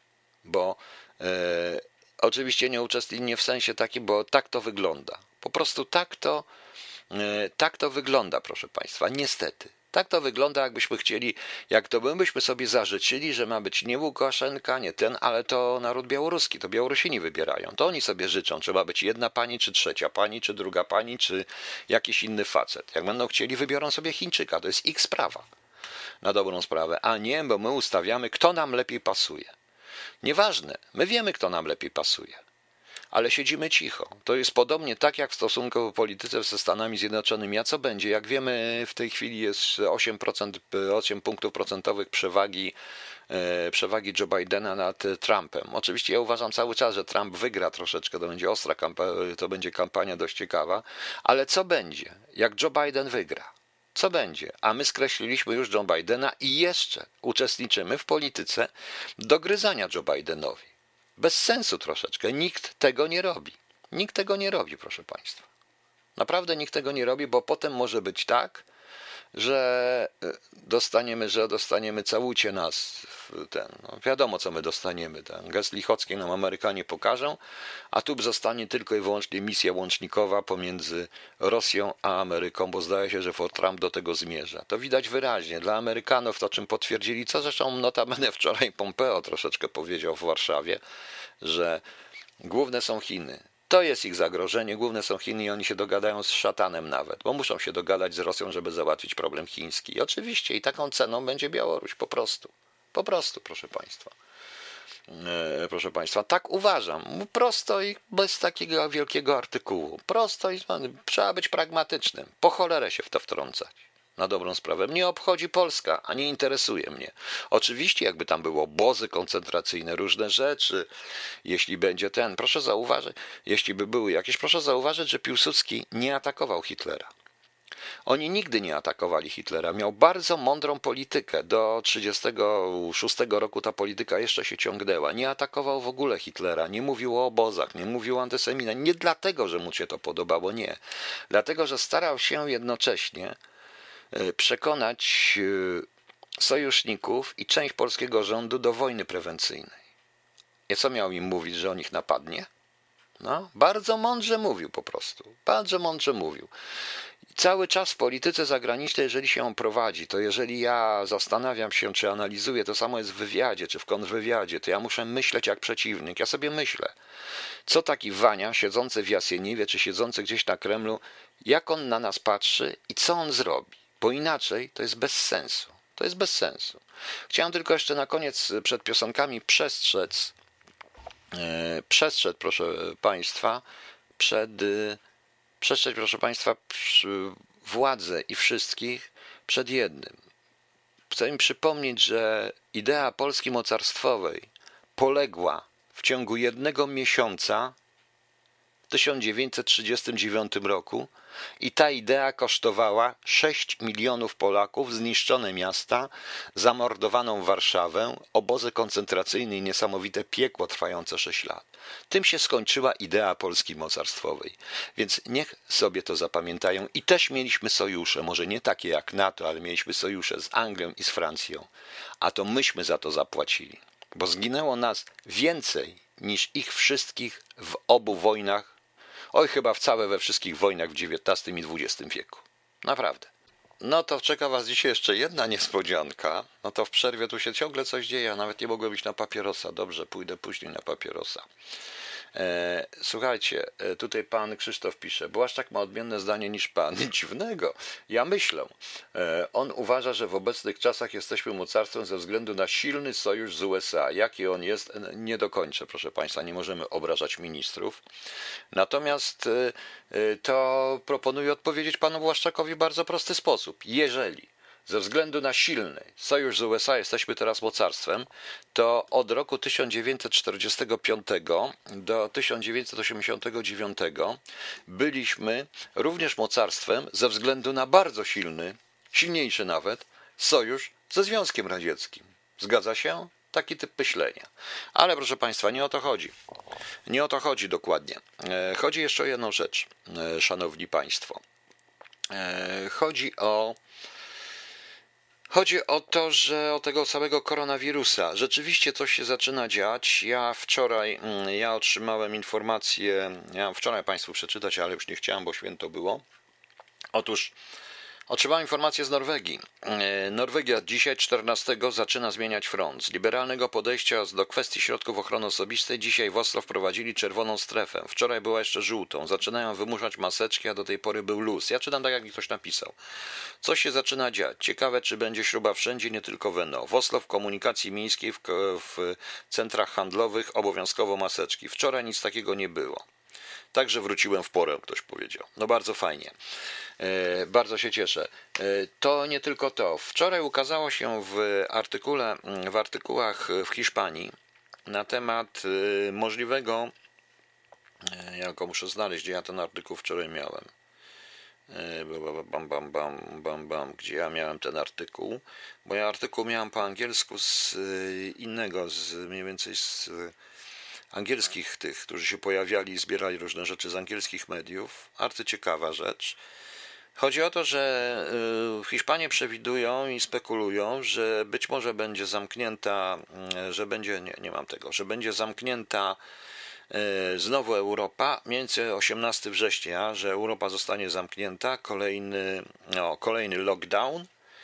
Bo e, oczywiście nie uczestniczy nie w sensie takim, bo tak to wygląda. Po prostu tak to, e, tak to wygląda, proszę państwa, niestety. Tak to wygląda, jakbyśmy chcieli, jak to my byśmy sobie zażyczyli, że ma być nie Łukaszenka, nie ten, ale to naród białoruski, to Białorusini wybierają. To oni sobie życzą, czy ma być jedna pani, czy trzecia pani, czy druga pani, czy jakiś inny facet. Jak będą chcieli, wybiorą sobie Chińczyka, to jest ich sprawa, na dobrą sprawę, a nie, bo my ustawiamy, kto nam lepiej pasuje. Nieważne, my wiemy, kto nam lepiej pasuje. Ale siedzimy cicho. To jest podobnie tak jak w stosunku do polityce ze Stanami Zjednoczonymi. A co będzie? Jak wiemy, w tej chwili jest osiem procent, osiem punktów procentowych przewagi, e, przewagi Joe Bidena nad Trumpem. Oczywiście ja uważam cały czas, że Trump wygra troszeczkę, to będzie ostra kampania, to będzie kampania dość ciekawa. Ale co będzie, jak Joe Biden wygra? Co będzie? A my skreśliliśmy już Joe Bidena i jeszcze uczestniczymy w polityce dogryzania Joe Bidenowi. Bez sensu troszeczkę. Nikt tego nie robi. Nikt tego nie robi, proszę państwa. Naprawdę nikt tego nie robi, bo potem może być tak, że dostaniemy, że dostaniemy całujcie nas w ten. No wiadomo, co my dostaniemy. Ten gest lichocki nam Amerykanie pokażą, a tu zostanie tylko i wyłącznie misja łącznikowa pomiędzy Rosją a Ameryką, bo zdaje się, że Fort Trump do tego zmierza. To widać wyraźnie. Dla Amerykanów, to czym potwierdzili, co zresztą notabene wczoraj Pompeo troszeczkę powiedział w Warszawie, że główne są Chiny. To jest ich zagrożenie, główne są Chiny i oni się dogadają z szatanem nawet, bo muszą się dogadać z Rosją, żeby załatwić problem chiński. I oczywiście i taką ceną będzie Białoruś, po prostu. Po prostu, proszę państwa. E, proszę państwa, tak uważam. Prosto i bez takiego wielkiego artykułu. Prosto i trzeba być pragmatycznym. Po cholerę się w to wtrącać. na dobrą sprawę. Mnie obchodzi Polska, a nie interesuje mnie. Oczywiście jakby tam były obozy koncentracyjne, różne rzeczy, jeśli będzie ten, proszę zauważyć, jeśli by były jakieś, proszę zauważyć, że Piłsudski nie atakował Hitlera. Oni nigdy nie atakowali Hitlera. Miał bardzo mądrą politykę. Do trzydziestego szóstego roku ta polityka jeszcze się ciągnęła. Nie atakował w ogóle Hitlera, nie mówił o obozach, nie mówił o antysemitach. Nie dlatego, że mu się to podobało, nie. Dlatego, że starał się jednocześnie przekonać sojuszników i część polskiego rządu do wojny prewencyjnej. I co miał im mówić, że on ich napadnie? No, bardzo mądrze mówił po prostu. Bardzo mądrze mówił. Cały czas w polityce zagranicznej, jeżeli się ją prowadzi, to jeżeli ja zastanawiam się, czy analizuję, to samo jest w wywiadzie, czy w kontrwywiadzie, to ja muszę myśleć jak przeciwnik. Ja sobie myślę, co taki Wania, siedzący w Jasieniewie, czy siedzący gdzieś na Kremlu, jak on na nas patrzy i co on zrobi. Bo inaczej to jest bez sensu. To jest bez sensu. Chciałem tylko jeszcze na koniec przed piosenkami przestrzec, e, przestrzec, proszę Państwa, przed... Przestrzec, proszę Państwa, władzę i wszystkich przed jednym. Chcę im przypomnieć, że idea Polski mocarstwowej poległa w ciągu jednego miesiąca w tysiąc dziewięćset trzydziestym dziewiątym roku i ta idea kosztowała sześć milionów Polaków, zniszczone miasta, zamordowaną Warszawę, obozy koncentracyjne i niesamowite piekło trwające sześć lat. Tym się skończyła idea Polski mocarstwowej. Więc niech sobie to zapamiętają. I też mieliśmy sojusze, może nie takie jak NATO, ale mieliśmy sojusze z Anglią i z Francją. A to myśmy za to zapłacili. Bo zginęło nas więcej niż ich wszystkich w obu wojnach. Oj, chyba w całe we wszystkich wojnach w dziewiętnastym i dwudziestym wieku. Naprawdę. No to czeka Was dzisiaj jeszcze jedna niespodzianka. No to w przerwie tu się ciągle coś dzieje, a nawet nie mogłem iść na papierosa. Dobrze, pójdę później na papierosa. E, słuchajcie, tutaj pan Krzysztof pisze, Błaszczak ma odmienne zdanie niż pan. Nic dziwnego. Ja myślę. E, on uważa, że w obecnych czasach jesteśmy mocarstwem ze względu na silny sojusz z U S A. Jaki on jest? Nie dokończę, proszę państwa, nie możemy obrażać ministrów. Natomiast e, to proponuję odpowiedzieć panu Błaszczakowi w bardzo prosty sposób. Jeżeli ze względu na silny sojusz z U S A jesteśmy teraz mocarstwem, to od roku tysiąc dziewięćset czterdziestego piątego do tysiąc dziewięćset osiemdziesiątego dziewiątego byliśmy również mocarstwem ze względu na bardzo silny, silniejszy nawet, sojusz ze Związkiem Radzieckim. Zgadza się? Taki typ myślenia. Ale proszę państwa, nie o to chodzi. Nie o to chodzi dokładnie. Chodzi jeszcze o jedną rzecz, szanowni państwo. Chodzi o Chodzi o to, że o tego samego koronawirusa. Rzeczywiście coś się zaczyna dziać. Ja wczoraj, ja otrzymałem informację, ja wczoraj Państwu przeczytać, ale już nie chciałem, bo święto było. Otóż otrzymałem informację z Norwegii. Norwegia dzisiaj czternastego zaczyna zmieniać front. Z liberalnego podejścia do kwestii środków ochrony osobistej dzisiaj w Oslo wprowadzili czerwoną strefę. Wczoraj była jeszcze żółtą. Zaczynają wymuszać maseczki, a do tej pory był luz. Ja czytam tak, jak mi ktoś napisał. Coś się zaczyna dziać. Ciekawe, czy będzie śruba wszędzie, nie tylko w N O. W Oslo w komunikacji miejskiej, w, w centrach handlowych obowiązkowo maseczki. Wczoraj nic takiego nie było. Także wróciłem w porę, ktoś powiedział. No bardzo fajnie. E, bardzo się cieszę. E, to nie tylko to. Wczoraj ukazało się w artykule, w artykułach w Hiszpanii na temat e, możliwego, e, ja go muszę znaleźć, gdzie ja ten artykuł wczoraj miałem. E, bam, bam, bam, bam, bam, gdzie ja miałem ten artykuł. Bo ja artykuł miałem po angielsku z e, innego, z mniej więcej z angielskich tych, którzy się pojawiali i zbierali różne rzeczy z angielskich mediów. Arcyciekawa rzecz. Chodzi o to, że Hiszpanie przewidują i spekulują, że być może będzie zamknięta, że będzie, nie, nie mam tego, że będzie zamknięta znowu Europa, mniej więcej osiemnastego września, że Europa zostanie zamknięta, kolejny, no, kolejny lockdown.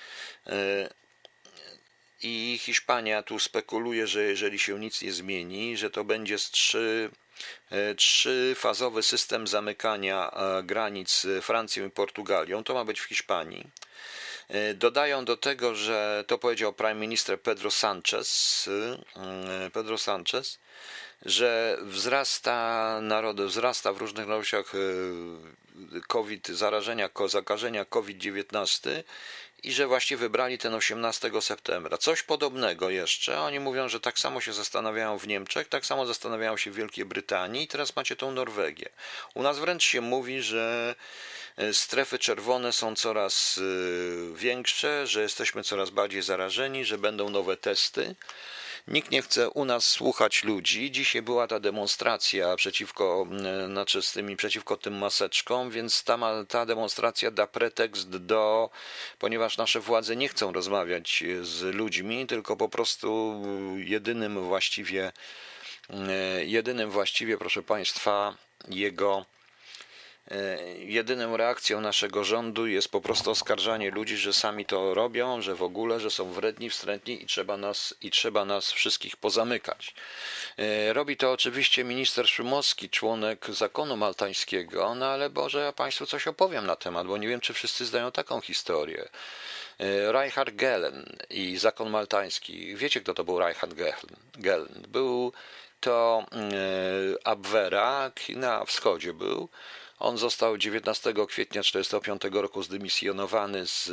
I Hiszpania tu spekuluje, że jeżeli się nic nie zmieni, że to będzie z trzy, trzyfazowy system zamykania granic z Francją i Portugalią. To ma być w Hiszpanii. Dodają do tego, że to powiedział prime minister Pedro Sanchez, Pedro Sanchez, że wzrasta narody, wzrasta w różnych narodach COVID, zarażenia, zakażenia COVID dziewiętnaście i że właśnie wybrali ten osiemnastego septembra. Coś podobnego jeszcze. Oni mówią, że tak samo się zastanawiają w Niemczech, tak samo zastanawiają się w Wielkiej Brytanii i teraz macie tą Norwegię. U nas wręcz się mówi, że strefy czerwone są coraz większe, że jesteśmy coraz bardziej zarażeni, że będą nowe testy. Nikt nie chce u nas słuchać ludzi. Dzisiaj była ta demonstracja przeciwko, znaczy z tymi, przeciwko tym maseczkom, więc ta, ta demonstracja da pretekst do, ponieważ nasze władze nie chcą rozmawiać z ludźmi, tylko po prostu jedynym właściwie, jedynym właściwie, proszę Państwa, jego jedyną reakcją naszego rządu jest po prostu oskarżanie ludzi, że sami to robią, że w ogóle, że są wredni, wstrętni i trzeba nas, i trzeba nas wszystkich pozamykać. Robi to oczywiście minister Szumowski, członek zakonu maltańskiego, no ale Boże, ja Państwu coś opowiem na temat, bo nie wiem, czy wszyscy znają taką historię. Reinhard Gehlen i zakon maltański. Wiecie, kto to był Reinhard Gehlen? Był to Abwera, na wschodzie był. On został dziewiętnastego kwietnia tysiąc dziewięćset czterdziestego piątego roku zdymisjonowany z,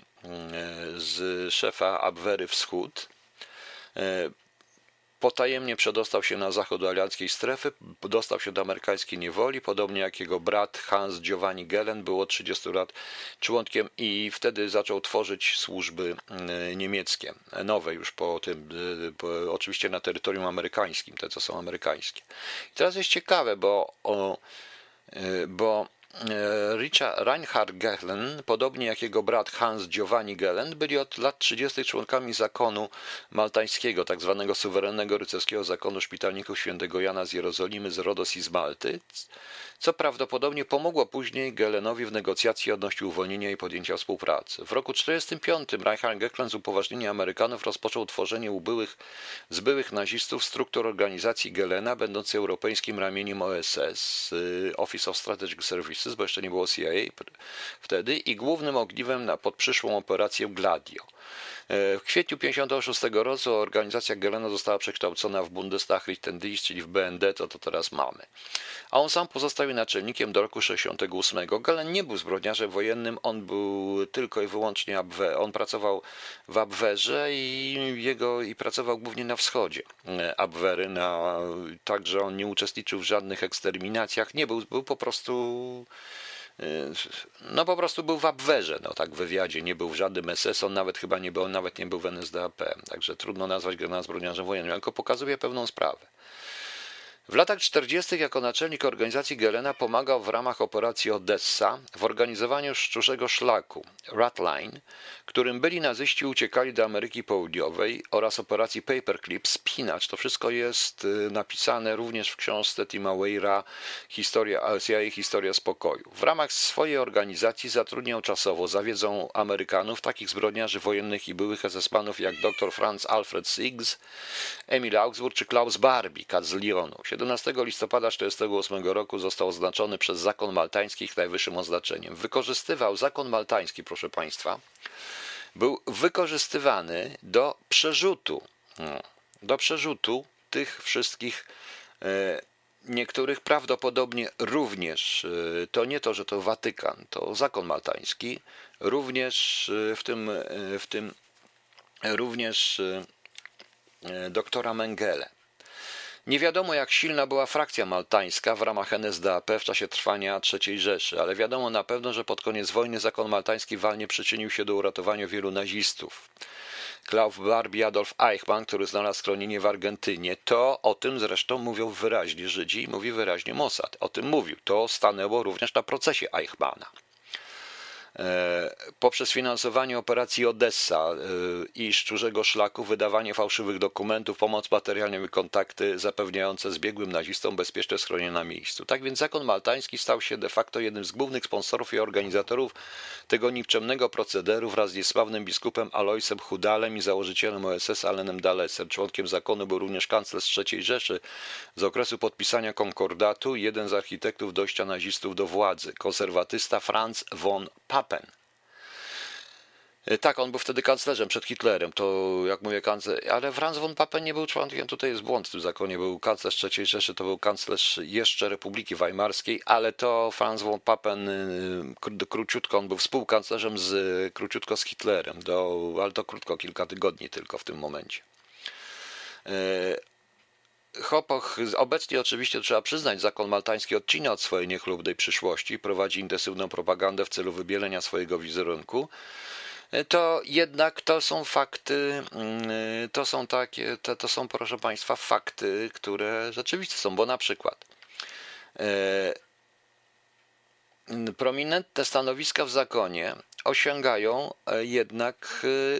z szefa Abwery Wschód. Potajemnie przedostał się na zachód do alianckiej strefy, dostał się do amerykańskiej niewoli, podobnie jak jego brat Hans Giovanni Gehlen był od trzydziestu lat członkiem i wtedy zaczął tworzyć służby niemieckie, nowe już po tym, po, oczywiście na terytorium amerykańskim, te co są amerykańskie. I teraz jest ciekawe, bo o, bo Richard, Reinhard Gehlen, podobnie jak jego brat Hans Giovanni Gehlen, byli od lat trzydziestych członkami zakonu maltańskiego, tak zwanego suwerennego rycerskiego zakonu szpitalników świętego Jana z Jerozolimy, z Rodos i z Malty, co prawdopodobnie pomogło później Gehlenowi w negocjacji odnośnie uwolnienia i podjęcia współpracy. W roku tysiąc dziewięćset czterdziestym piątym Reinhard Gehlen z upoważnienia Amerykanów rozpoczął tworzenie u byłych, z byłych nazistów struktur organizacji Gehlena, będącej europejskim ramieniem O S S, Office of Strategic Services, bo jeszcze nie było C I A wtedy, i głównym ogniwem na, pod przyszłą operację Gladio. W kwietniu tysiąc dziewięćset pięćdziesiątego szóstego roku organizacja Gehlena została przekształcona w Bundestag Richtendienst, czyli w B N D, to to teraz mamy. A on sam pozostał naczelnikiem do roku tysiąc dziewięćset sześćdziesiątego ósmego. Gehlen nie był zbrodniarzem wojennym, on był tylko i wyłącznie Abwehr. On pracował w Abwehrze i jego i pracował głównie na wschodzie Abwehry, na, także on nie uczestniczył w żadnych eksterminacjach, nie był, był po prostu no po prostu był w Abwehrze, no tak w wywiadzie, nie był w żadnym S S, on nawet chyba nie był, on nawet nie był w N S D A P, także trudno nazwać go zbrodniarzem wojennym, tylko pokazuje pewną sprawę. W latach czterdziestych jako naczelnik organizacji Gehlena pomagał w ramach operacji Odessa w organizowaniu szczurzego szlaku Ratline, którym byli nazyści uciekali do Ameryki Południowej, oraz operacji Paperclip, Spinacz. To wszystko jest napisane również w książce Tima Weira Historia C I A, Historia spokoju. W ramach swojej organizacji zatrudniał czasowo za wiedzą Amerykanów takich zbrodniarzy wojennych i byłych S S-manów jak dr Franz Alfred Siegs, Emil Augsburg czy Klaus Barbie, kat z Lyonu. siedemnastego listopada tysiąc dziewięćset czterdziestego ósmego roku został oznaczony przez zakon maltański ich najwyższym oznaczeniem. Wykorzystywał zakon maltański, proszę Państwa, był wykorzystywany do przerzutu, do przerzutu tych wszystkich, niektórych prawdopodobnie również, to nie to, że to Watykan, to zakon maltański, również w tym, w tym również doktora Mengele. Nie wiadomo, jak silna była frakcja maltańska w ramach N S D A P w czasie trwania trzeciej Rzeszy, ale wiadomo na pewno, że pod koniec wojny zakon maltański walnie przyczynił się do uratowania wielu nazistów. Klaus Barbie, Adolf Eichmann, który znalazł schronienie w Argentynie, to o tym zresztą mówią wyraźnie Żydzi i mówi wyraźnie Mossad. O tym mówił. To stanęło również na procesie Eichmanna. Poprzez finansowanie operacji Odessa i Szczurzego Szlaku, wydawanie fałszywych dokumentów, pomoc materialną i kontakty zapewniające zbiegłym nazistom bezpieczne schronienie na miejscu. Tak więc zakon maltański stał się de facto jednym z głównych sponsorów i organizatorów tego nikczemnego procederu wraz z niesławnym biskupem Aloisem Hudalem i założycielem O S S Allenem Dallesem. Członkiem zakonu był również kanclerz trzeciej Rzeszy z okresu podpisania konkordatu i jeden z architektów dojścia nazistów do władzy, konserwatysta Franz von Papen. Tak, on był wtedy kanclerzem przed Hitlerem, to jak mówię kanclerz, ale Franz von Papen nie był członkiem, tutaj jest błąd w tym zakonie, był kanclerz trzeciej Rzeszy, to był kanclerz jeszcze Republiki Weimarskiej, ale to Franz von Papen króciutko, on był współkanclerzem z, króciutko z Hitlerem, do, ale to krótko, kilka tygodni tylko w tym momencie. Hopoch, obecnie oczywiście trzeba przyznać, zakon maltański odcina od swojej niechlubnej przyszłości, prowadzi intensywną propagandę w celu wybielenia swojego wizerunku, to jednak to są fakty, to są takie, to, to są, proszę Państwa, fakty, które rzeczywiście są, bo na przykład e, prominentne stanowiska w zakonie osiągają jednak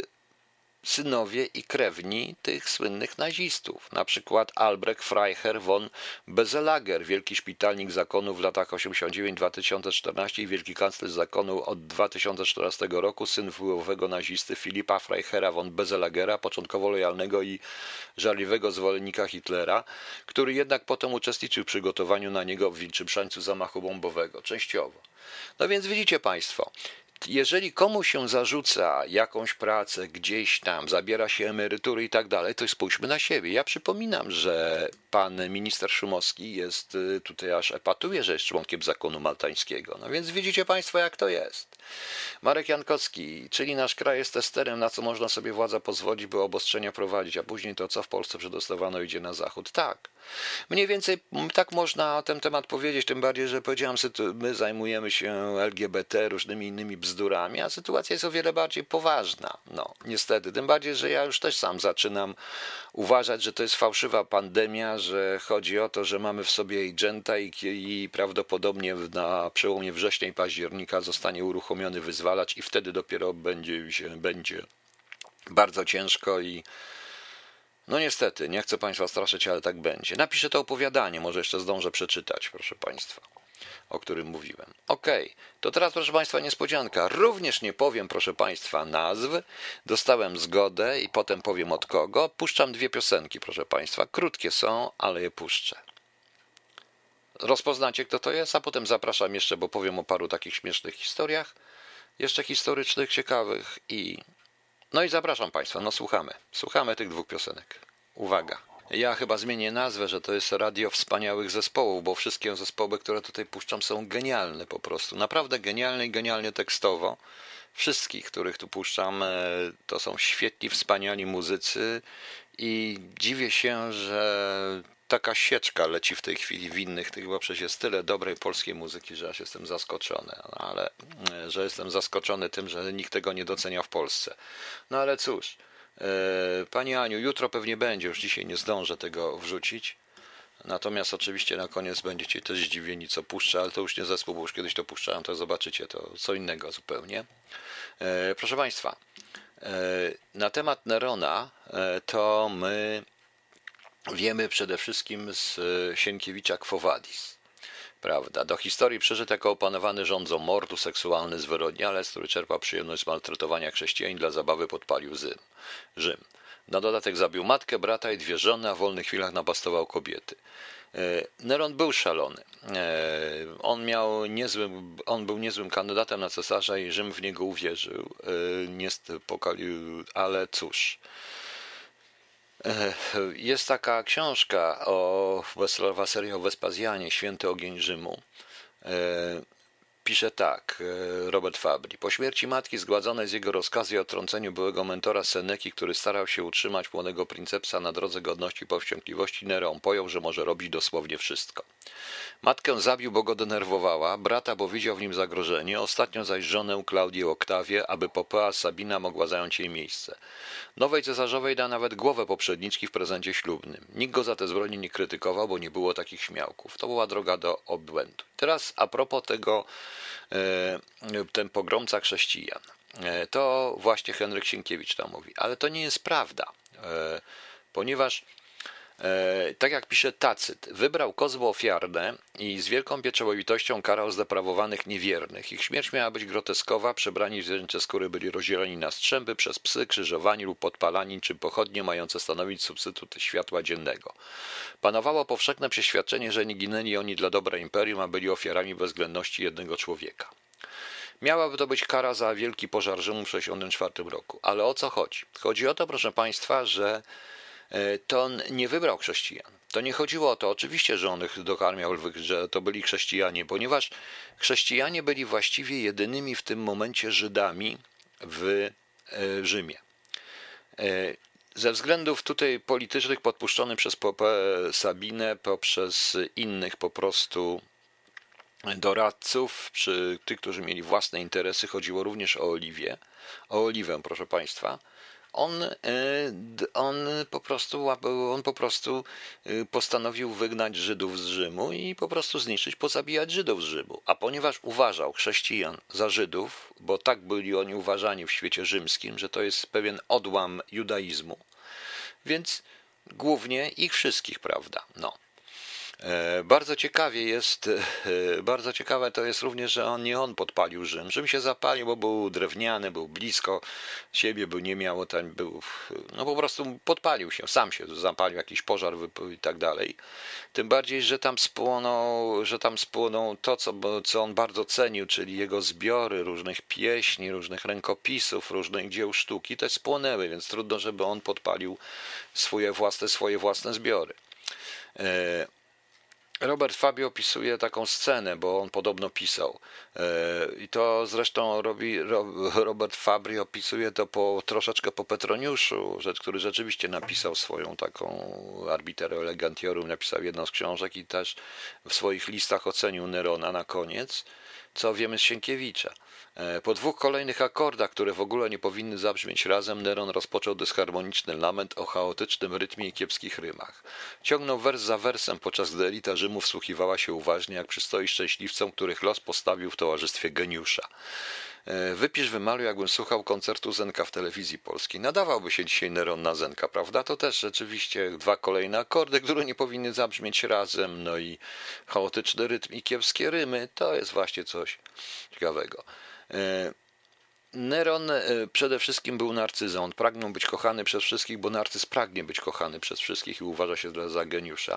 synowie i krewni tych słynnych nazistów. Na przykład Albrecht Freiherr von Bezelager, wielki szpitalnik zakonu w latach osiemdziesiątym dziewiątym do dwa tysiące czternastego i wielki kanclerz zakonu od dwa tysiące czternastego roku, syn wpływowego nazisty Filipa Freiherra von Bezelagera, początkowo lojalnego i żarliwego zwolennika Hitlera, który jednak potem uczestniczył w przygotowaniu na niego w wilczym szańcu zamachu bombowego, częściowo. No więc widzicie Państwo, jeżeli komuś się zarzuca jakąś pracę gdzieś tam, zabiera się emerytury i tak dalej, to spójrzmy na siebie. Ja przypominam, że pan minister Szumowski jest, tutaj aż epatuje, że jest członkiem zakonu maltańskiego. No więc widzicie Państwo, jak to jest. Marek Jankowski, czyli nasz kraj jest testerem, na co można sobie władza pozwolić, by obostrzenia prowadzić, a później to, co w Polsce przedostawano, idzie na zachód. Tak. Mniej więcej tak można na ten temat powiedzieć, tym bardziej, że powiedziałem, że my zajmujemy się L G B T, różnymi innymi bzdurami, a sytuacja jest o wiele bardziej poważna. No, niestety, tym bardziej, że ja już też sam zaczynam uważać, że to jest fałszywa pandemia, że chodzi o to, że mamy w sobie agenta i, i prawdopodobnie na przełomie września i października zostanie uruchomiony wyzwalacz i wtedy dopiero będzie się, będzie bardzo ciężko i no niestety, nie chcę Państwa straszyć, ale tak będzie. Napiszę to opowiadanie, może jeszcze zdążę przeczytać, proszę Państwa, o którym mówiłem. Okej, okay. To teraz, proszę Państwa, niespodzianka. Również nie powiem, proszę Państwa, nazw. Dostałem zgodę i potem powiem od kogo. Puszczam dwie piosenki, proszę Państwa. Krótkie są, ale je puszczę. Rozpoznacie, kto to jest, a potem zapraszam jeszcze, bo powiem o paru takich śmiesznych historiach, jeszcze historycznych, ciekawych i... No i zapraszam Państwa, no słuchamy. Słuchamy tych dwóch piosenek. Uwaga. Ja chyba zmienię nazwę, że to jest Radio Wspaniałych Zespołów, bo wszystkie zespoły, które tutaj puszczam, są genialne po prostu. Naprawdę genialne i genialnie tekstowo. Wszystkich, których tu puszczam, to są świetni, wspaniali muzycy i dziwię się, że taka sieczka leci w tej chwili w innych tych, bo przecież jest tyle dobrej polskiej muzyki, że aż jestem zaskoczony, no ale że jestem zaskoczony tym, że nikt tego nie docenia w Polsce. No ale cóż, Pani Aniu, jutro pewnie będzie, już dzisiaj nie zdążę tego wrzucić. Natomiast oczywiście na koniec będziecie też zdziwieni, co puszczę, ale to już nie zespół, bo już kiedyś to puszczałem, to zobaczycie, to co innego zupełnie. Proszę Państwa, na temat Nerona to my wiemy przede wszystkim z Sienkiewicza Quo Vadis. Prawda? Do historii przyszedł jako opanowany rządzą mordu seksualny zwyrodnialec, który czerpał przyjemność z maltretowania chrześcijan, dla zabawy podpalił Rzym. Na dodatek zabił matkę, brata i dwie żony, a w wolnych chwilach napastował kobiety. Neron był szalony. On, miał niezły, on był niezłym kandydatem na cesarza i Rzym w niego uwierzył. Niestety pokalił, ale cóż. Jest taka książka o bestsellerowa seria o Wespazjanie, Święty ogień Rzymu. Pisze tak Robert Fabry. Po śmierci matki zgładzonej z jego rozkazu i odtrąceniu byłego mentora Seneki, który starał się utrzymać młodego princepsa na drodze godności i powściągliwości, Neron pojął, że może robić dosłownie wszystko. Matkę zabił, bo go denerwowała, brata, bo widział w nim zagrożenie, ostatnio zaś żonę Klaudię Oktawię, aby Popea Sabina mogła zająć jej miejsce. Nowej cesarzowej da nawet głowę poprzedniczki w prezencie ślubnym. Nikt go za te zbrodnie nie krytykował, bo nie było takich śmiałków. To była droga do obłędu. Teraz a propos tego, ten pogromca chrześcijan. To właśnie Henryk Sienkiewicz tam mówi. Ale to nie jest prawda, ponieważ tak jak pisze Tacyt, wybrał kozło ofiarne i z wielką pieczołowitością karał zdeprawowanych niewiernych. Ich śmierć miała być groteskowa, przebrani w zwierzęce skóry byli rozdzieleni na strzępy przez psy, krzyżowani lub podpalani, czy pochodnie mające stanowić substytut światła dziennego. Panowało powszechne przeświadczenie, że nie ginęli oni dla dobra imperium, a byli ofiarami bezwzględności jednego człowieka. Miałaby to być kara za wielki pożar Rzymu w tysiąc sześćdziesiątym czwartym roku. Ale o co chodzi? Chodzi o to, proszę Państwa, że to on nie wybrał chrześcijan. To nie chodziło o to, oczywiście, że on ich dokarmiał, że to byli chrześcijanie, ponieważ chrześcijanie byli właściwie jedynymi w tym momencie Żydami w Rzymie. Ze względów tutaj politycznych podpuszczony przez Sabinę, poprzez innych po prostu doradców, przy tych, którzy mieli własne interesy, chodziło również o Oliwię, o Oliwę, proszę Państwa. On, on, po prostu, on po prostu postanowił wygnać Żydów z Rzymu i po prostu zniszczyć, pozabijać Żydów z Rzymu. A ponieważ uważał chrześcijan za Żydów, bo tak byli oni uważani w świecie rzymskim, że to jest pewien odłam judaizmu, więc głównie ich wszystkich, prawda? No. Bardzo ciekawie jest, bardzo ciekawe to jest również, że on nie on podpalił Rzym. Rzym się zapalił, bo był drewniany, był blisko siebie, był, nie miało tam, był, no po prostu podpalił się, sam się zapalił, jakiś pożar wypłył i tak dalej. Tym bardziej, że tam spłonął, że tam spłonął to, co, co on bardzo cenił, czyli jego zbiory różnych pieśni, różnych rękopisów, różnych dzieł sztuki, te spłonęły, więc trudno, żeby on podpalił swoje własne, swoje własne zbiory. Robert Fabio opisuje taką scenę, bo on podobno pisał. I to zresztą robi Robert Fabri opisuje to po, troszeczkę po Petroniuszu, rzecz, który rzeczywiście napisał swoją taką Arbitero Elegantiorum, napisał jedną z książek i też w swoich listach ocenił Nerona na koniec, co wiemy z Sienkiewicza. Po dwóch kolejnych akordach, które w ogóle nie powinny zabrzmieć razem, Neron rozpoczął dysharmoniczny lament o chaotycznym rytmie i kiepskich rymach. Ciągnął wers za wersem, podczas gdy elita Rzymu wsłuchiwała się uważnie, jak przystoi szczęśliwcom, których los postawił w towarzystwie geniusza. Wypisz, wymaluj, jakbym słuchał koncertu Zenka w telewizji polskiej. Nadawałby się dzisiaj Neron na Zenka, prawda? To też rzeczywiście dwa kolejne akordy, które nie powinny zabrzmieć razem, no i chaotyczny rytm i kiepskie rymy, to jest właśnie coś ciekawego. Neron przede wszystkim był narcyzą. On pragnął być kochany przez wszystkich, bo narcyz pragnie być kochany przez wszystkich i uważa się za geniusza.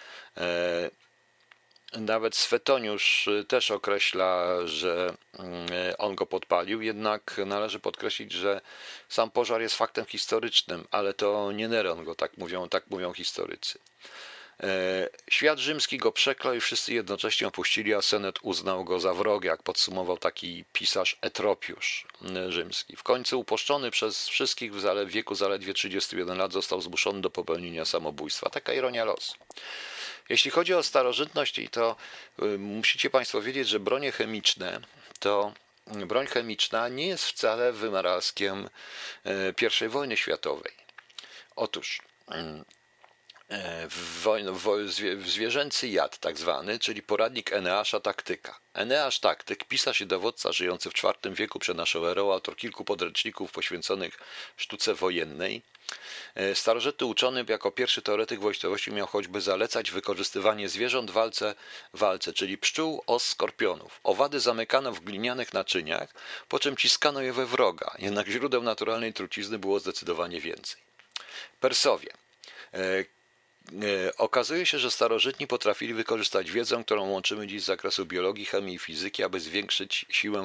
Nawet Swetoniusz też określa, że on go podpalił, jednak należy podkreślić, że sam pożar jest faktem historycznym, ale to nie Neron go tak mówią, tak mówią historycy. Świat rzymski go przeklął i wszyscy jednocześnie opuścili, a Senet uznał go za wroga, jak podsumował taki pisarz Etropiusz rzymski. W końcu uposzczony przez wszystkich w wieku zaledwie trzydziestu jeden lat został zmuszony do popełnienia samobójstwa. Taka ironia losu. Jeśli chodzi o starożytność, to musicie Państwo wiedzieć, że bronie chemiczne to broń chemiczna nie jest wcale wynalazkiem pierwszej wojny światowej. Otóż zwierzęcy jad tak zwany, czyli poradnik Eneasza Taktyka. Eneasz Taktyk, pisarz i dowódca żyjący w czwartym wieku przed naszą erą, autor kilku podręczników poświęconych sztuce wojennej. Starożytny uczony jako pierwszy teoretyk wojskowości miał choćby zalecać wykorzystywanie zwierząt w walce, walce, czyli pszczół, os, skorpionów. Owady zamykano w glinianych naczyniach, po czym ciskano je we wroga, jednak źródeł naturalnej trucizny było zdecydowanie więcej. Persowie. Okazuje się, że starożytni potrafili wykorzystać wiedzę, którą łączymy dziś z zakresu biologii, chemii i fizyki, aby zwiększyć siłę